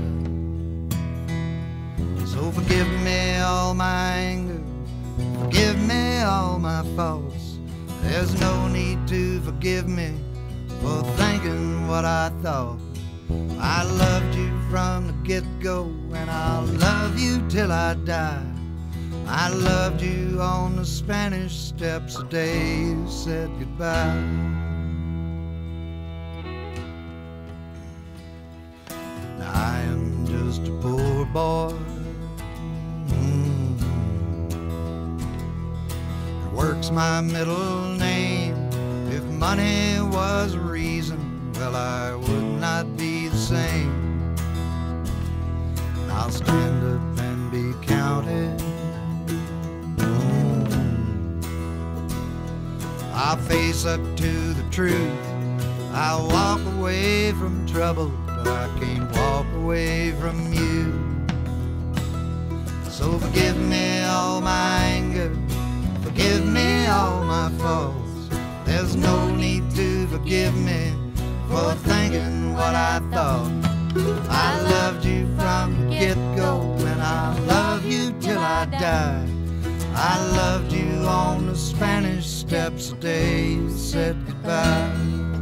Speaker 10: So forgive me all my anger, forgive me all my faults. There's no need to forgive me for thinking what I thought. I loved you from the get-go, and I'll love you till I die. I loved you on the Spanish Steps the day you said goodbye. Now I am just a poor boy, mm-hmm. It works my middle name. If money was a reason, well, I would not be the same. I'll stand up and be counted. I'll face up to the truth. I'll walk away from trouble, but I can't walk away from you. So forgive me all my anger, forgive me all my faults. There's no need to forgive me for thinking what I thought. I loved you from the get-go, and I'll love you till I die. I loved you on the Spanish Steps the day you said goodbye.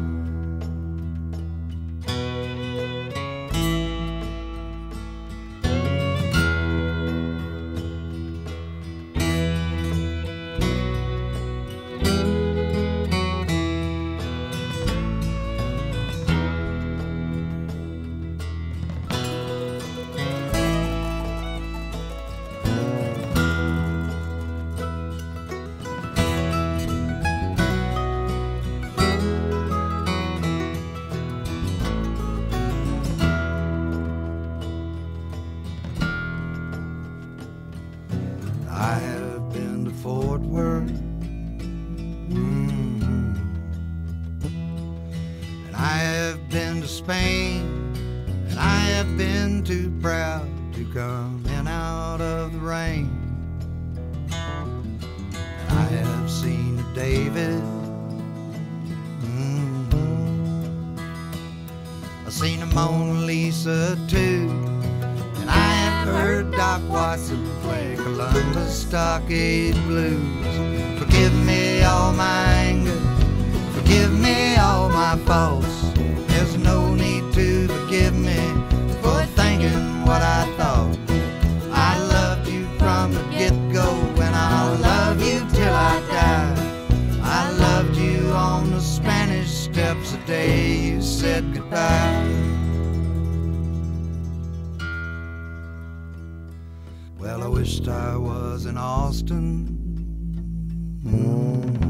Speaker 10: Stockade Blues. Forgive me all my anger, forgive me all my faults. There's no need to forgive me for thinking what I thought. I loved you from the get-go, and I'll love you till I die. I loved you on the Spanish Steps the day you said goodbye. Well, I wished I was in Austin, mm-hmm.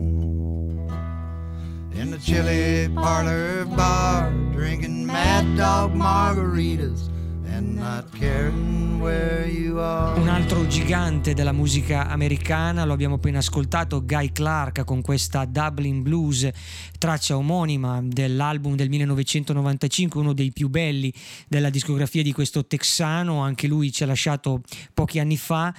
Speaker 10: In the chili parlor bar, drinking Mad Dog margaritas and not caring where you are.
Speaker 1: Un altro gigante della musica americana, lo abbiamo appena ascoltato, Guy Clark, con questa Dublin Blues, traccia omonima dell'album del millenovecentonovantacinque, uno dei più belli della discografia di questo texano. Anche lui ci ha lasciato pochi anni fa.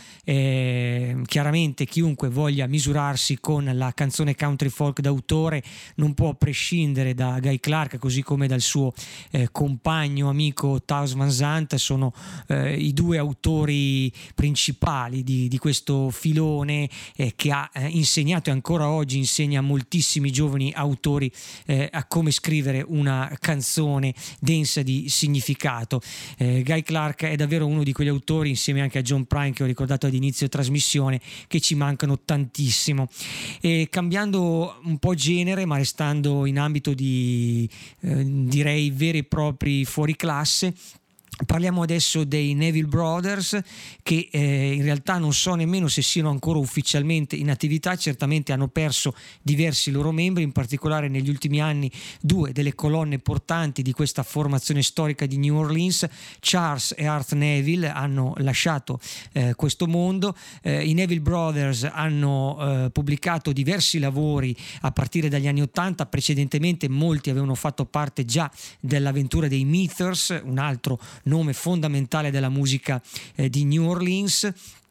Speaker 1: Eh, chiaramente chiunque voglia misurarsi con la canzone country folk d'autore non può prescindere da Guy Clark, così come dal suo eh, compagno amico Townes Van Zandt. Sono eh, i due autori principali di, di questo filone eh, che ha eh, insegnato e ancora oggi insegna a moltissimi giovani autori eh, a come scrivere una canzone densa di significato. eh, Guy Clark è davvero uno di quegli autori, insieme anche a John Prine che ho ricordato ad inizio trasmissione, che ci mancano tantissimo. E cambiando un po' genere, ma restando in ambito di eh, direi veri e propri fuoriclasse, parliamo adesso dei Neville Brothers, che eh, in realtà non so nemmeno se siano ancora ufficialmente in attività. Certamente hanno perso diversi loro membri, in particolare negli ultimi anni due delle colonne portanti di questa formazione storica di New Orleans, Charles e Art Neville, hanno lasciato eh, questo mondo. Eh, I Neville Brothers hanno eh, pubblicato diversi lavori a partire dagli anni ottanta, precedentemente molti avevano fatto parte già dell'avventura dei Meters, un altro nome fondamentale della musica eh, di New Orleans.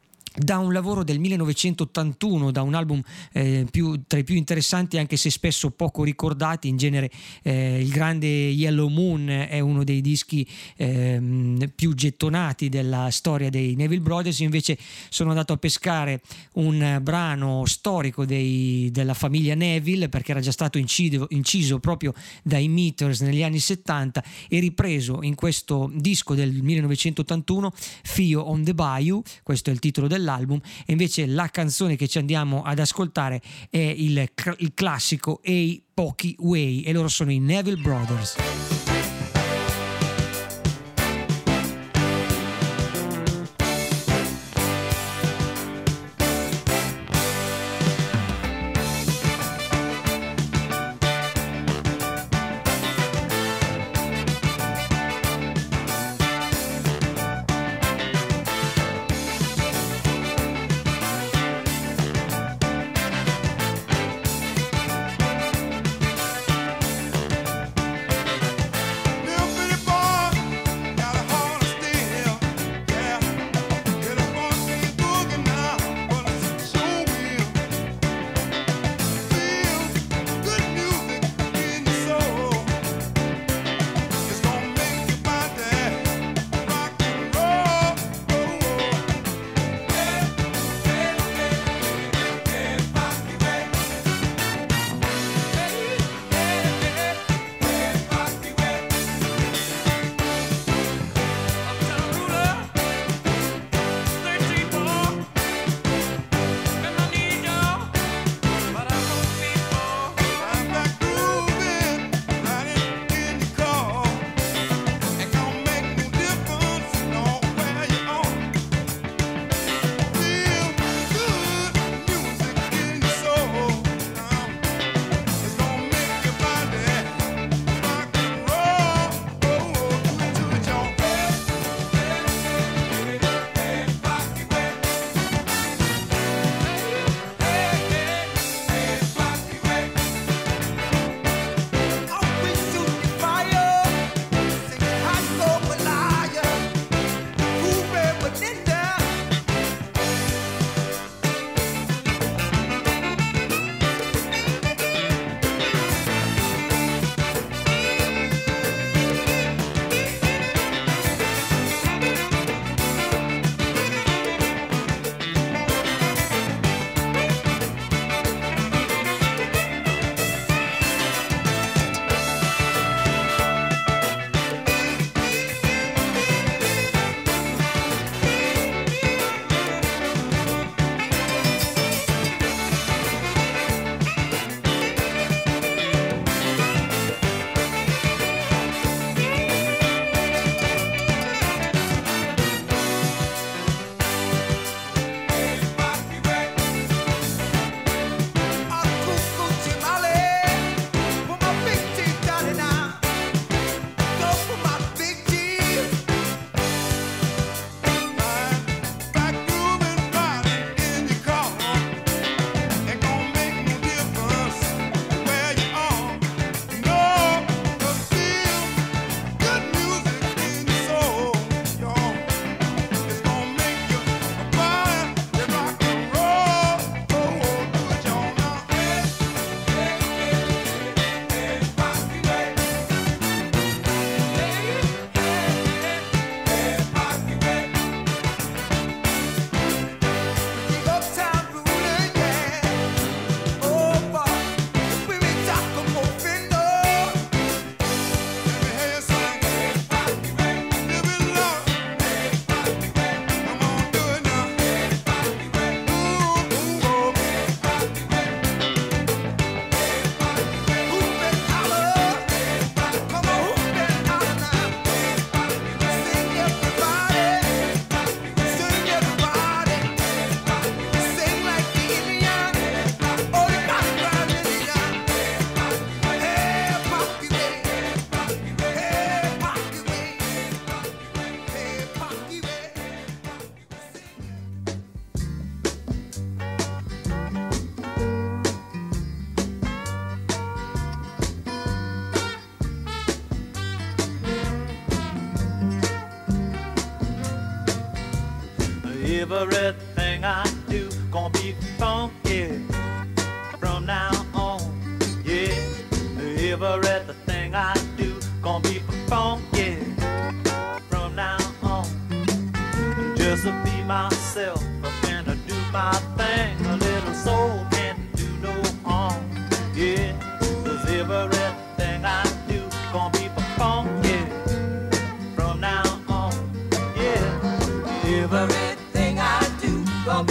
Speaker 1: Da un lavoro del millenovecentottantuno, da un album eh, più, tra i più interessanti, anche se spesso poco ricordati. In genere eh, il grande Yellow Moon è uno dei dischi eh, più gettonati della storia dei Neville Brothers. Invece sono andato a pescare un brano storico dei, della famiglia Neville, perché era già stato inciso, inciso proprio dai Meters negli anni settanta e ripreso in questo disco del millenovecentottantuno, Fio on the Bayou. Questo è il titolo del dell'album, e invece la canzone che ci andiamo ad ascoltare è il, il classico A Pocky Way, e loro sono i Neville Brothers.
Speaker 11: Everything I do gonna be funky from now on. Yeah, everything I do gonna be funky from now on. Just to be myself and to do my thing. A little soul can't do no harm. Yeah, 'cause everything I do gonna be funky from now on. Yeah, everything I do gonna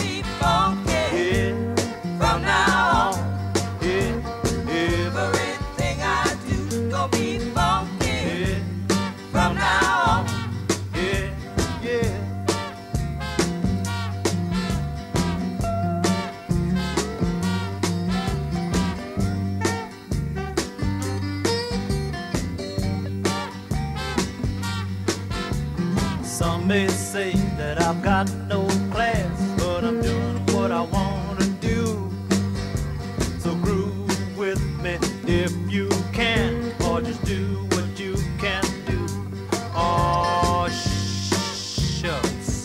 Speaker 11: may say that I've got no class, but I'm doing what I wanna do. So groove with me if you can, or just do what you can do. Oh, shucks.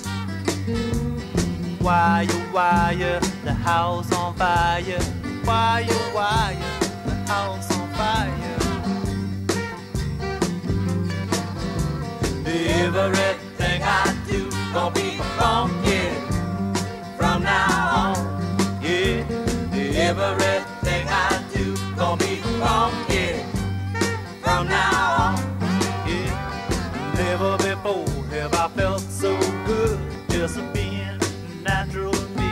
Speaker 11: Wire, wire, the house on fire. Wire, wire, the house on fire. Everything I do gonna be funky from now on. Yeah, everything I do gonna be funky from now on. Yeah, never before have I felt so good just being natural to me.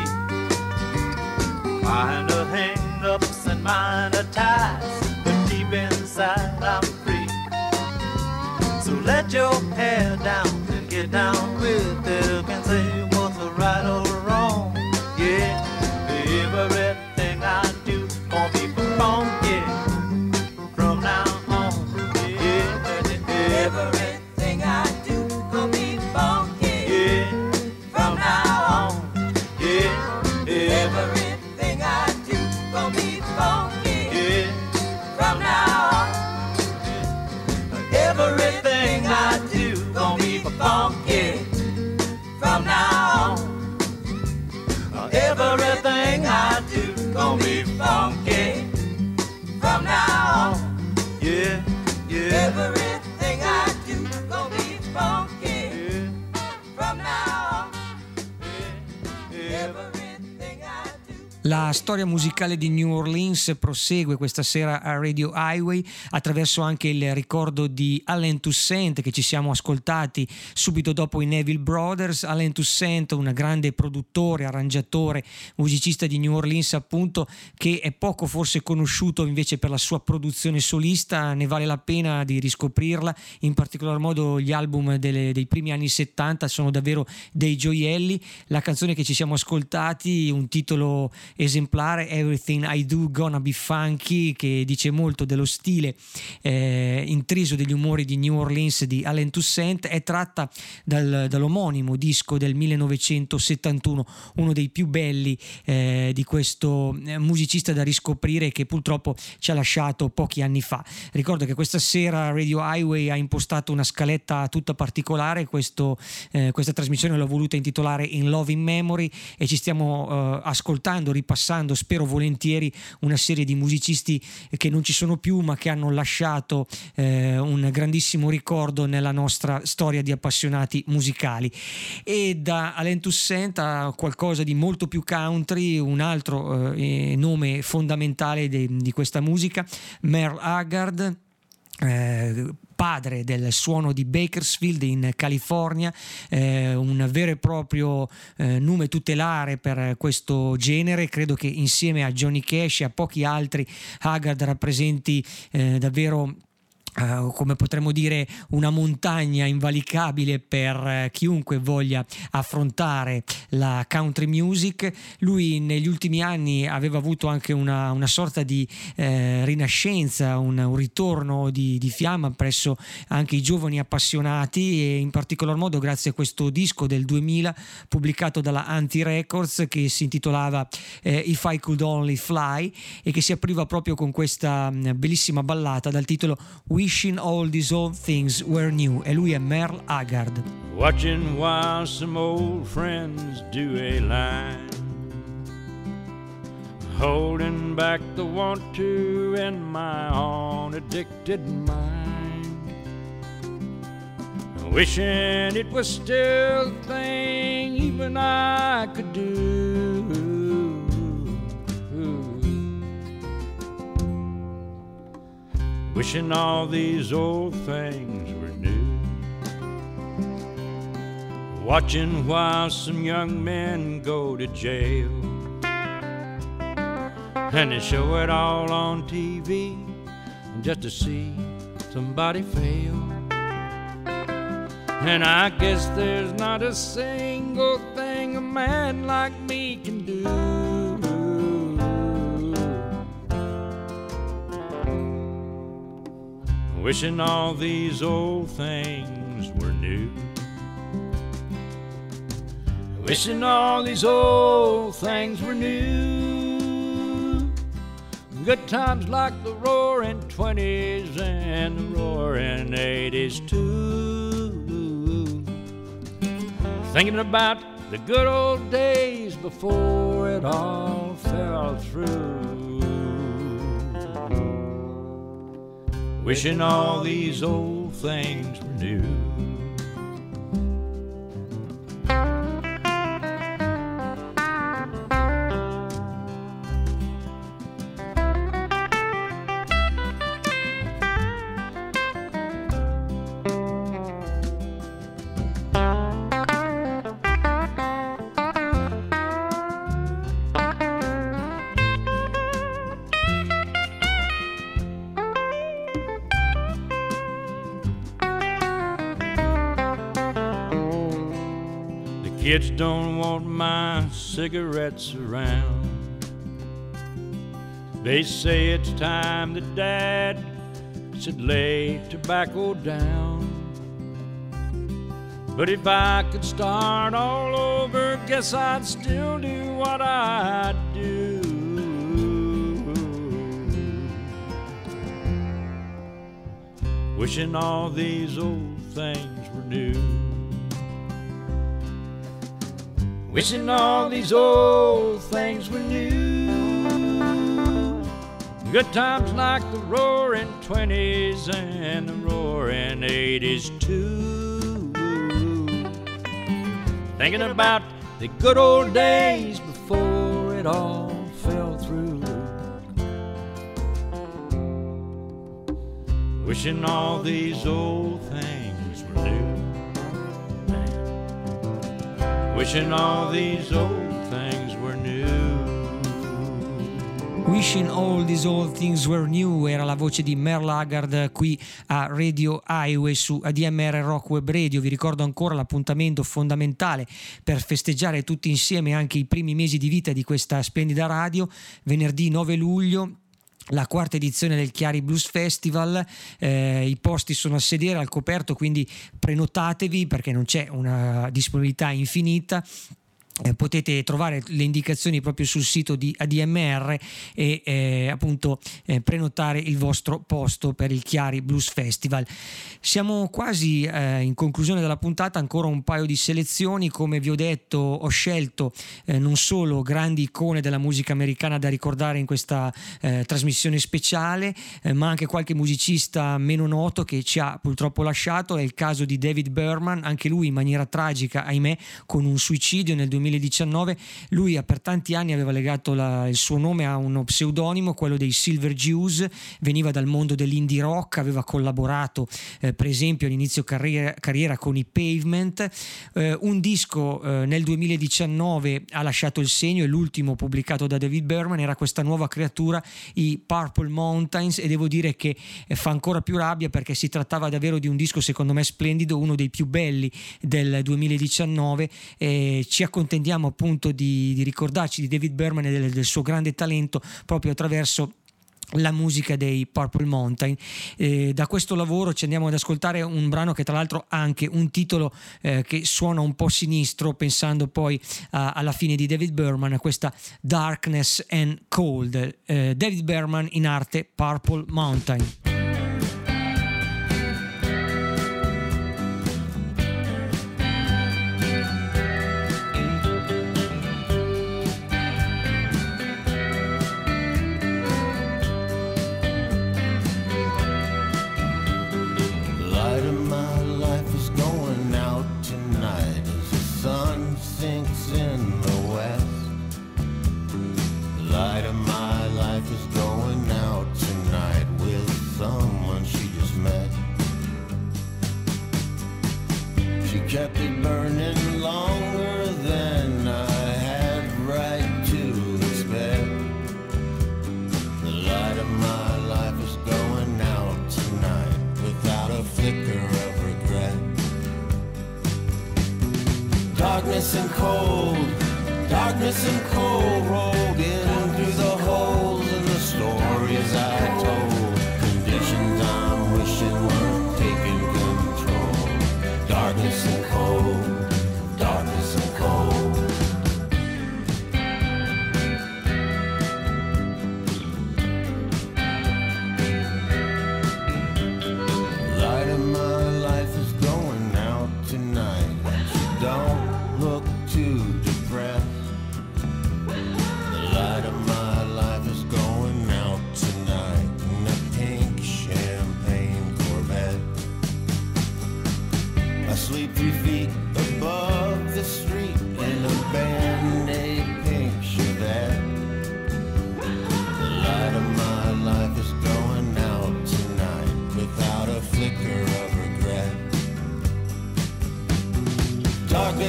Speaker 11: Minor hang-ups and minor ties, but deep inside I'm free. So let your hair down and get down with it. You can say what's right or wrong. Yeah, everything I do gonna be funky from now on. Yeah, everything I do gonna be funky. Yeah, from now on. Yeah, everything I do gonna be funky. Yeah, from now on. Everything I do gonna be funky from now on. Everything I do gonna be funky from now on. Yeah, yeah. Everything I do gonna be funky from now on. Yeah, everything I do.
Speaker 1: La storia musicale di New Orleans prosegue questa sera a Radio Highway attraverso anche il ricordo di Allen Toussaint, che ci siamo ascoltati subito dopo i Neville Brothers. Allen Toussaint, un grande produttore, arrangiatore, musicista di New Orleans appunto, che è poco forse conosciuto invece per la sua produzione solista. Ne vale la pena di riscoprirla, in particolar modo gli album delle, dei primi anni settanta sono davvero dei gioielli. La canzone che ci siamo ascoltati, un titolo esemplare, Everything I Do Gonna Be Funky, che dice molto dello stile eh, intriso degli umori di New Orleans di Allen Toussaint, è tratta dal, dall'omonimo disco del millenovecentosettantuno, uno dei più belli eh, di questo musicista da riscoprire, che purtroppo ci ha lasciato pochi anni fa. Ricordo che questa sera Radio Highway ha impostato una scaletta tutta particolare. Questo, eh, questa trasmissione l'ho voluta intitolare In Love in Memory, e ci stiamo eh, ascoltando, ripassando, spero volentieri, una serie di musicisti che non ci sono più ma che hanno lasciato eh, un grandissimo ricordo nella nostra storia di appassionati musicali. E da Allen Toussaint a qualcosa di molto più country, un altro eh, nome fondamentale de, di questa musica, Merle Haggard, eh, padre del suono di Bakersfield in California, eh, un vero e proprio eh, nome tutelare per questo genere. Credo che insieme a Johnny Cash e a pochi altri Haggard rappresenti eh, davvero Uh, come potremmo dire una montagna invalicabile per uh, chiunque voglia affrontare la country music. Lui negli ultimi anni aveva avuto anche una, una sorta di eh, rinascenza, un, un ritorno di, di fiamma presso anche i giovani appassionati, e in particolar modo grazie a questo disco del duemila pubblicato dalla Anti Records, che si intitolava eh, If I Could Only Fly, e che si apriva proprio con questa mh, bellissima ballata dal titolo Wishing All These Old Things Were New, e lui è Merle Haggard.
Speaker 12: Watching while some old friends do a line, holding back the want to in my own addicted mind, wishing it was still a thing even I could do. Wishing all these old things were new. Watching while some young men go to jail, and they show it all on T V just to see somebody fail. And I guess there's not a single thing a man like me can do. Wishing all these old things were new. Wishing all these old things were new. Good times like the roaring twenties and the roaring eighties too. Thinking about the good old days before it all fell through. Wishing all these old things were new. Kids don't want my cigarettes around. They say it's time that Dad should lay tobacco down. But if I could start all over, guess I'd still do what I do. Wishing all these old things were new. Wishing all these old things were new. Good times like the roaring twenties and the roaring eighties too. Thinking about the good old days before it all fell through. Wishing all these old things were new. Wishing all these old things were new.
Speaker 1: Wishing all these old things were new era la voce di Merle Haggard qui a Radio Highway su A D M R Rock Web Radio. Vi ricordo ancora l'appuntamento fondamentale per festeggiare tutti insieme anche i primi mesi di vita di questa splendida radio, venerdì nove luglio. La quarta edizione del Chiari Blues Festival, eh, i posti sono a sedere al coperto, quindi prenotatevi perché non c'è una disponibilità infinita. Eh, potete trovare le indicazioni proprio sul sito di A D M R e eh, appunto eh, prenotare il vostro posto per il Chiari Blues Festival. Siamo quasi eh, in conclusione della puntata, ancora un paio di selezioni. Come vi ho detto, ho scelto eh, non solo grandi icone della musica americana da ricordare in questa eh, trasmissione speciale, eh, ma anche qualche musicista meno noto che ci ha purtroppo lasciato. È il caso di David Berman, anche lui in maniera tragica, ahimè, con un suicidio nel duemiladiciannove. Lui per tanti anni aveva legato la, il suo nome a uno pseudonimo, quello dei Silver Jews, veniva dal mondo dell'indie rock, aveva collaborato eh, per esempio all'inizio carriera, carriera con i Pavement. Eh, un disco eh, nel duemiladiciannove ha lasciato il segno, e l'ultimo pubblicato da David Berman era questa nuova creatura, i Purple Mountains, e devo dire che eh, fa ancora più rabbia perché si trattava davvero di un disco secondo me splendido, uno dei più belli del duemiladiciannove. Eh, ci accontentiamo appunto di, di ricordarci di David Berman e del, del suo grande talento proprio attraverso la musica dei Purple Mountain. Eh, da questo lavoro ci andiamo ad ascoltare un brano che tra l'altro ha anche un titolo eh, che suona un po' sinistro, pensando poi uh, alla fine di David Berman, questa Darkness and Cold. Eh, David Berman, in arte Purple Mountain.
Speaker 13: Kept it burning longer than I had right to expect. The light of my life is going out tonight without a flicker of regret. Darkness and cold, darkness and cold rolled in through the holes in the stories I told. Conditions I'm wishing weren't taking control. Darkness and cold, darkness and cold.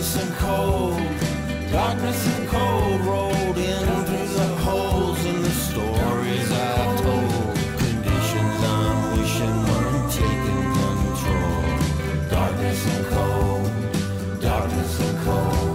Speaker 13: Darkness and cold, darkness and cold rolled in through the holes in the stories I've told. Conditions I'm wishing weren't taking control. Darkness and cold, darkness and cold.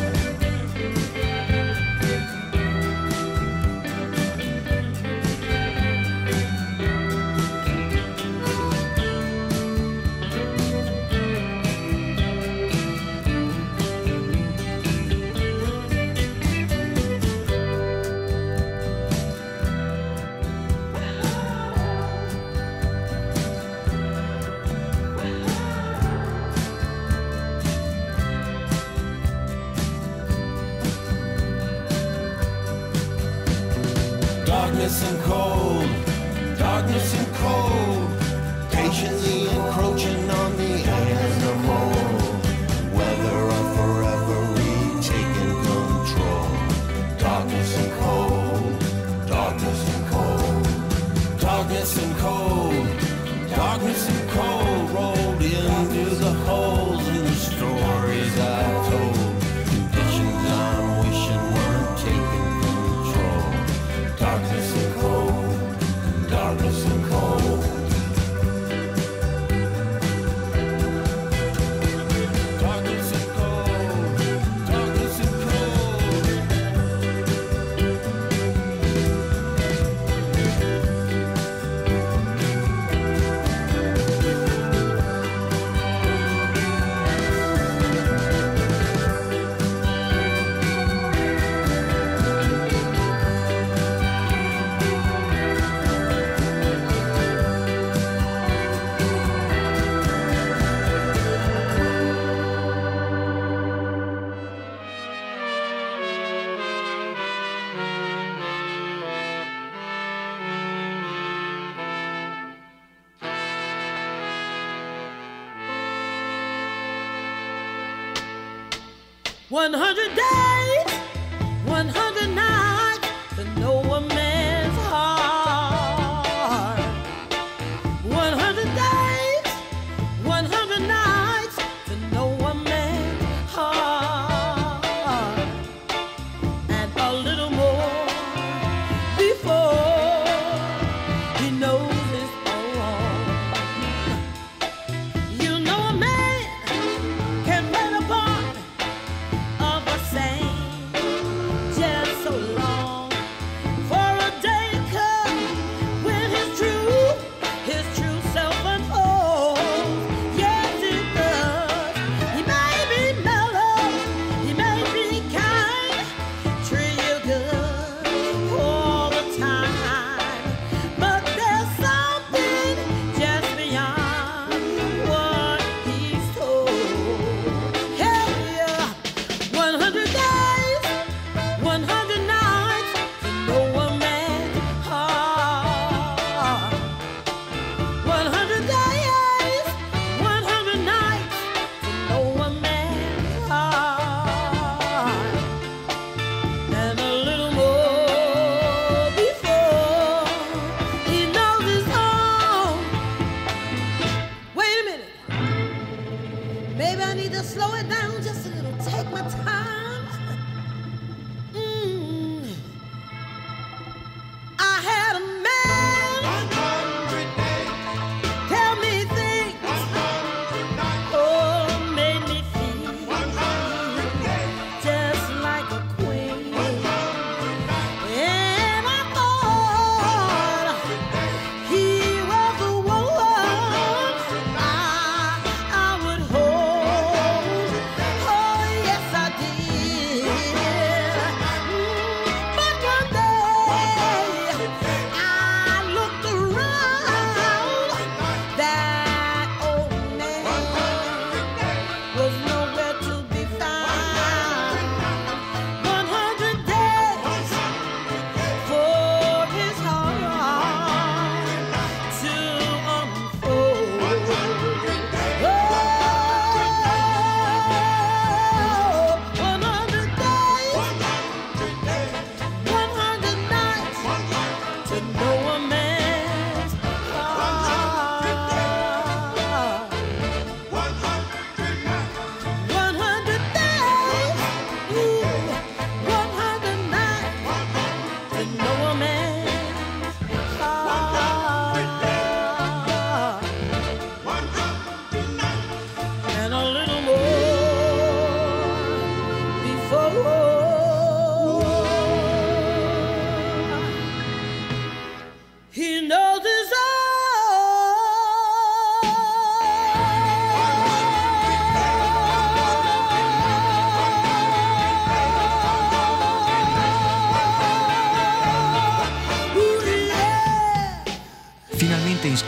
Speaker 13: Darkness and cold, darkness and cold, patiently encroaching on the animal. Whether or forever retaking control. Darkness and cold, darkness and cold, darkness and cold, darkness and cold rolled into the holes in the stories I told. Conditions I'm wishing weren't taking control. Darkness and cold, darkness and cold. Darkness and cold, darkness and cold.
Speaker 14: One hundred days, one hundred nights to know a man's heart. One hundred days, one hundred nights to know a man's heart. And a little more before he knows his own. You know a man can play the part of a saint.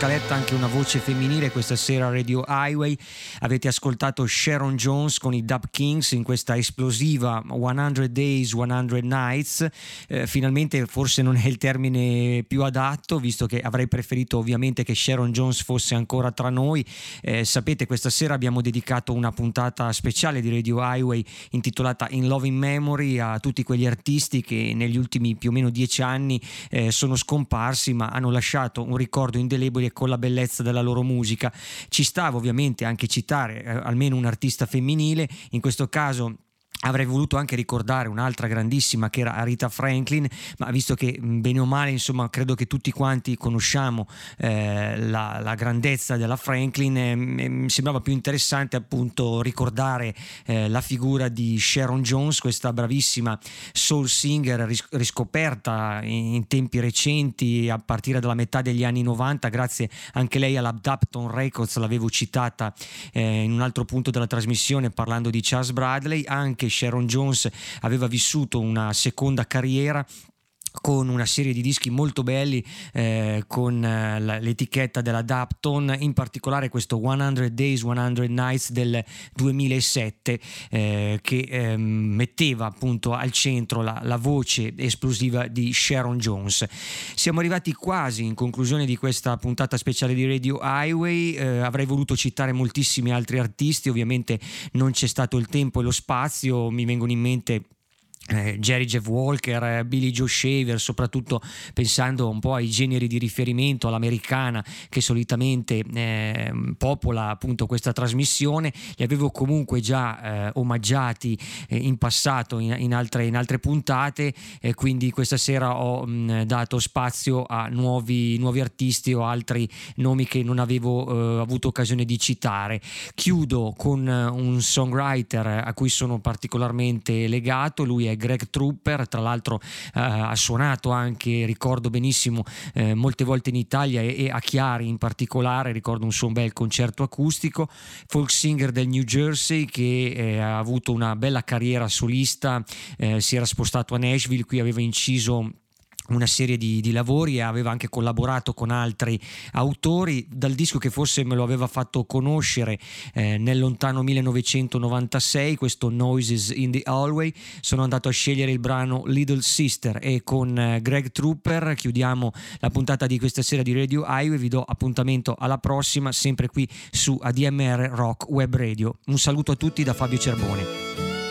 Speaker 1: scaletta anche una voce femminile questa sera a Radio Highway. Avete ascoltato Sharon Jones con i Dub Kings in questa esplosiva hundred Days, hundred Nights. Eh, finalmente forse non è il termine più adatto, visto che avrei preferito ovviamente che Sharon Jones fosse ancora tra noi. Eh, sapete, questa sera abbiamo dedicato una puntata speciale di Radio Highway intitolata In Loving Memory a tutti quegli artisti che negli ultimi più o meno dieci anni eh, sono scomparsi, ma hanno lasciato un ricordo indelebile con la bellezza della loro musica. Ci stava ovviamente anche citare eh, almeno un artista femminile, in questo caso avrei voluto anche ricordare un'altra grandissima che era Aretha Franklin, ma visto che bene o male insomma credo che tutti quanti conosciamo eh, la, la grandezza della Franklin, eh, mi sembrava più interessante appunto ricordare eh, la figura di Sharon Jones, questa bravissima soul singer ris- riscoperta in, in tempi recenti a partire dalla metà degli anni novanta, grazie anche lei alla Dapton Records. L'avevo citata eh, in un altro punto della trasmissione parlando di Charles Bradley. Anche Sharon Jones aveva vissuto una seconda carriera con una serie di dischi molto belli eh, con eh, l'etichetta della Dapton, in particolare questo hundred Days, hundred Nights del duemilasette eh, che eh, metteva appunto al centro la, la voce esplosiva di Sharon Jones. Siamo arrivati quasi in conclusione di questa puntata speciale di Radio Highway. Eh, avrei voluto citare moltissimi altri artisti, ovviamente non c'è stato il tempo e lo spazio. Mi vengono in mente Eh, Jerry Jeff Walker, eh, Billy Joe Shaver, soprattutto pensando un po' ai generi di riferimento all'americana che solitamente eh, popola appunto questa trasmissione. Li avevo comunque già eh, omaggiati eh, in passato in, in, altre, in altre puntate, eh, quindi questa sera ho mh, dato spazio a nuovi, nuovi artisti o altri nomi che non avevo eh, avuto occasione di citare. Chiudo con eh, un songwriter a cui sono particolarmente legato, lui è Greg Trooper, tra l'altro eh, ha suonato anche, ricordo benissimo, eh, molte volte in Italia e, e a Chiari in particolare, ricordo un suo bel concerto acustico. Folk singer del New Jersey che eh, ha avuto una bella carriera solista, eh, si era spostato a Nashville, qui aveva inciso una serie di, di lavori e aveva anche collaborato con altri autori. Dal disco che forse me lo aveva fatto conoscere eh, nel lontano millenovecentonovantasei, questo Noises in the Hallway, sono andato a scegliere il brano Little Sister e con eh, Greg Trooper chiudiamo la puntata di questa sera di Radio Highway. Vi do appuntamento alla prossima, sempre qui su A D M R Rock Web Radio. Un saluto a tutti da Fabio Cerbone.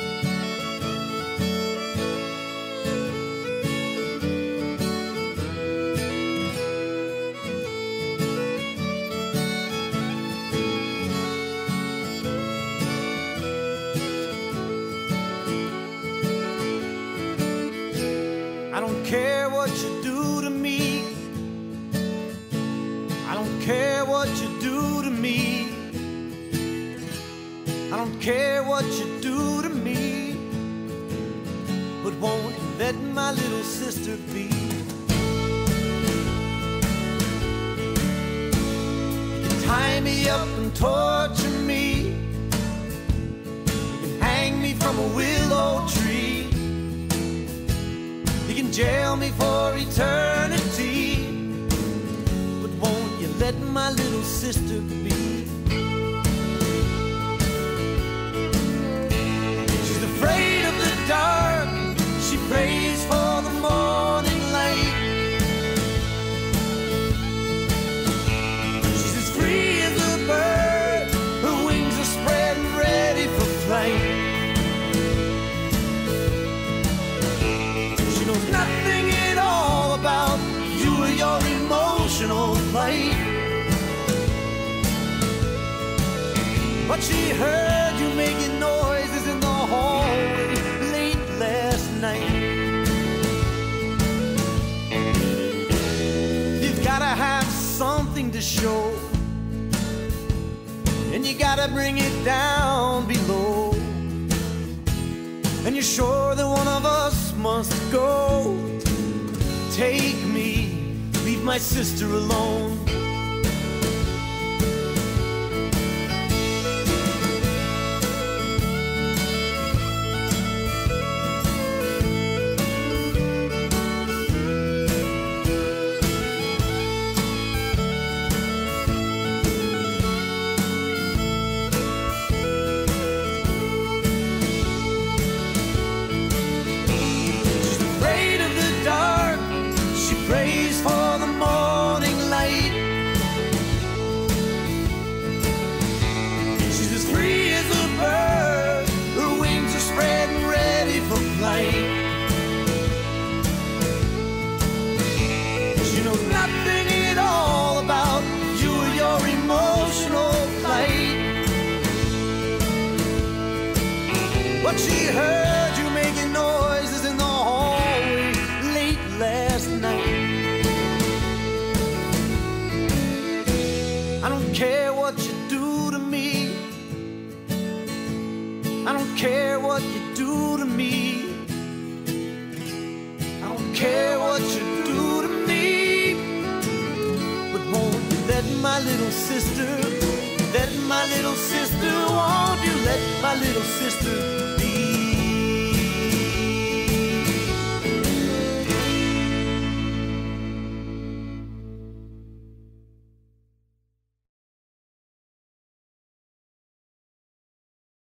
Speaker 11: I don't care what you do to me. I don't care what you do to me. I don't care what you do to me. But won't you let my little sister be? You can tie me up and torture me. You can hang me from a willow tree. You can jail me for eternity, but won't you let my little sister be? She's afraid of the dark, she prays for the morning light. She's as free as a bird, her wings are spread and ready for flight. Nothing at all about you or your emotional plight. But she heard you making noises in the hallway late last night. You've gotta have something to show, and you gotta bring it down below. And you're sure that one of us must go. Take me, leave my sister alone.
Speaker 10: but she heard you making noises in the hallway late last night. I don't care what you do to me. I don't care what you do to me. I don't care what you do to me. But won't you let my little sister, let my little sister, won't you let my little sister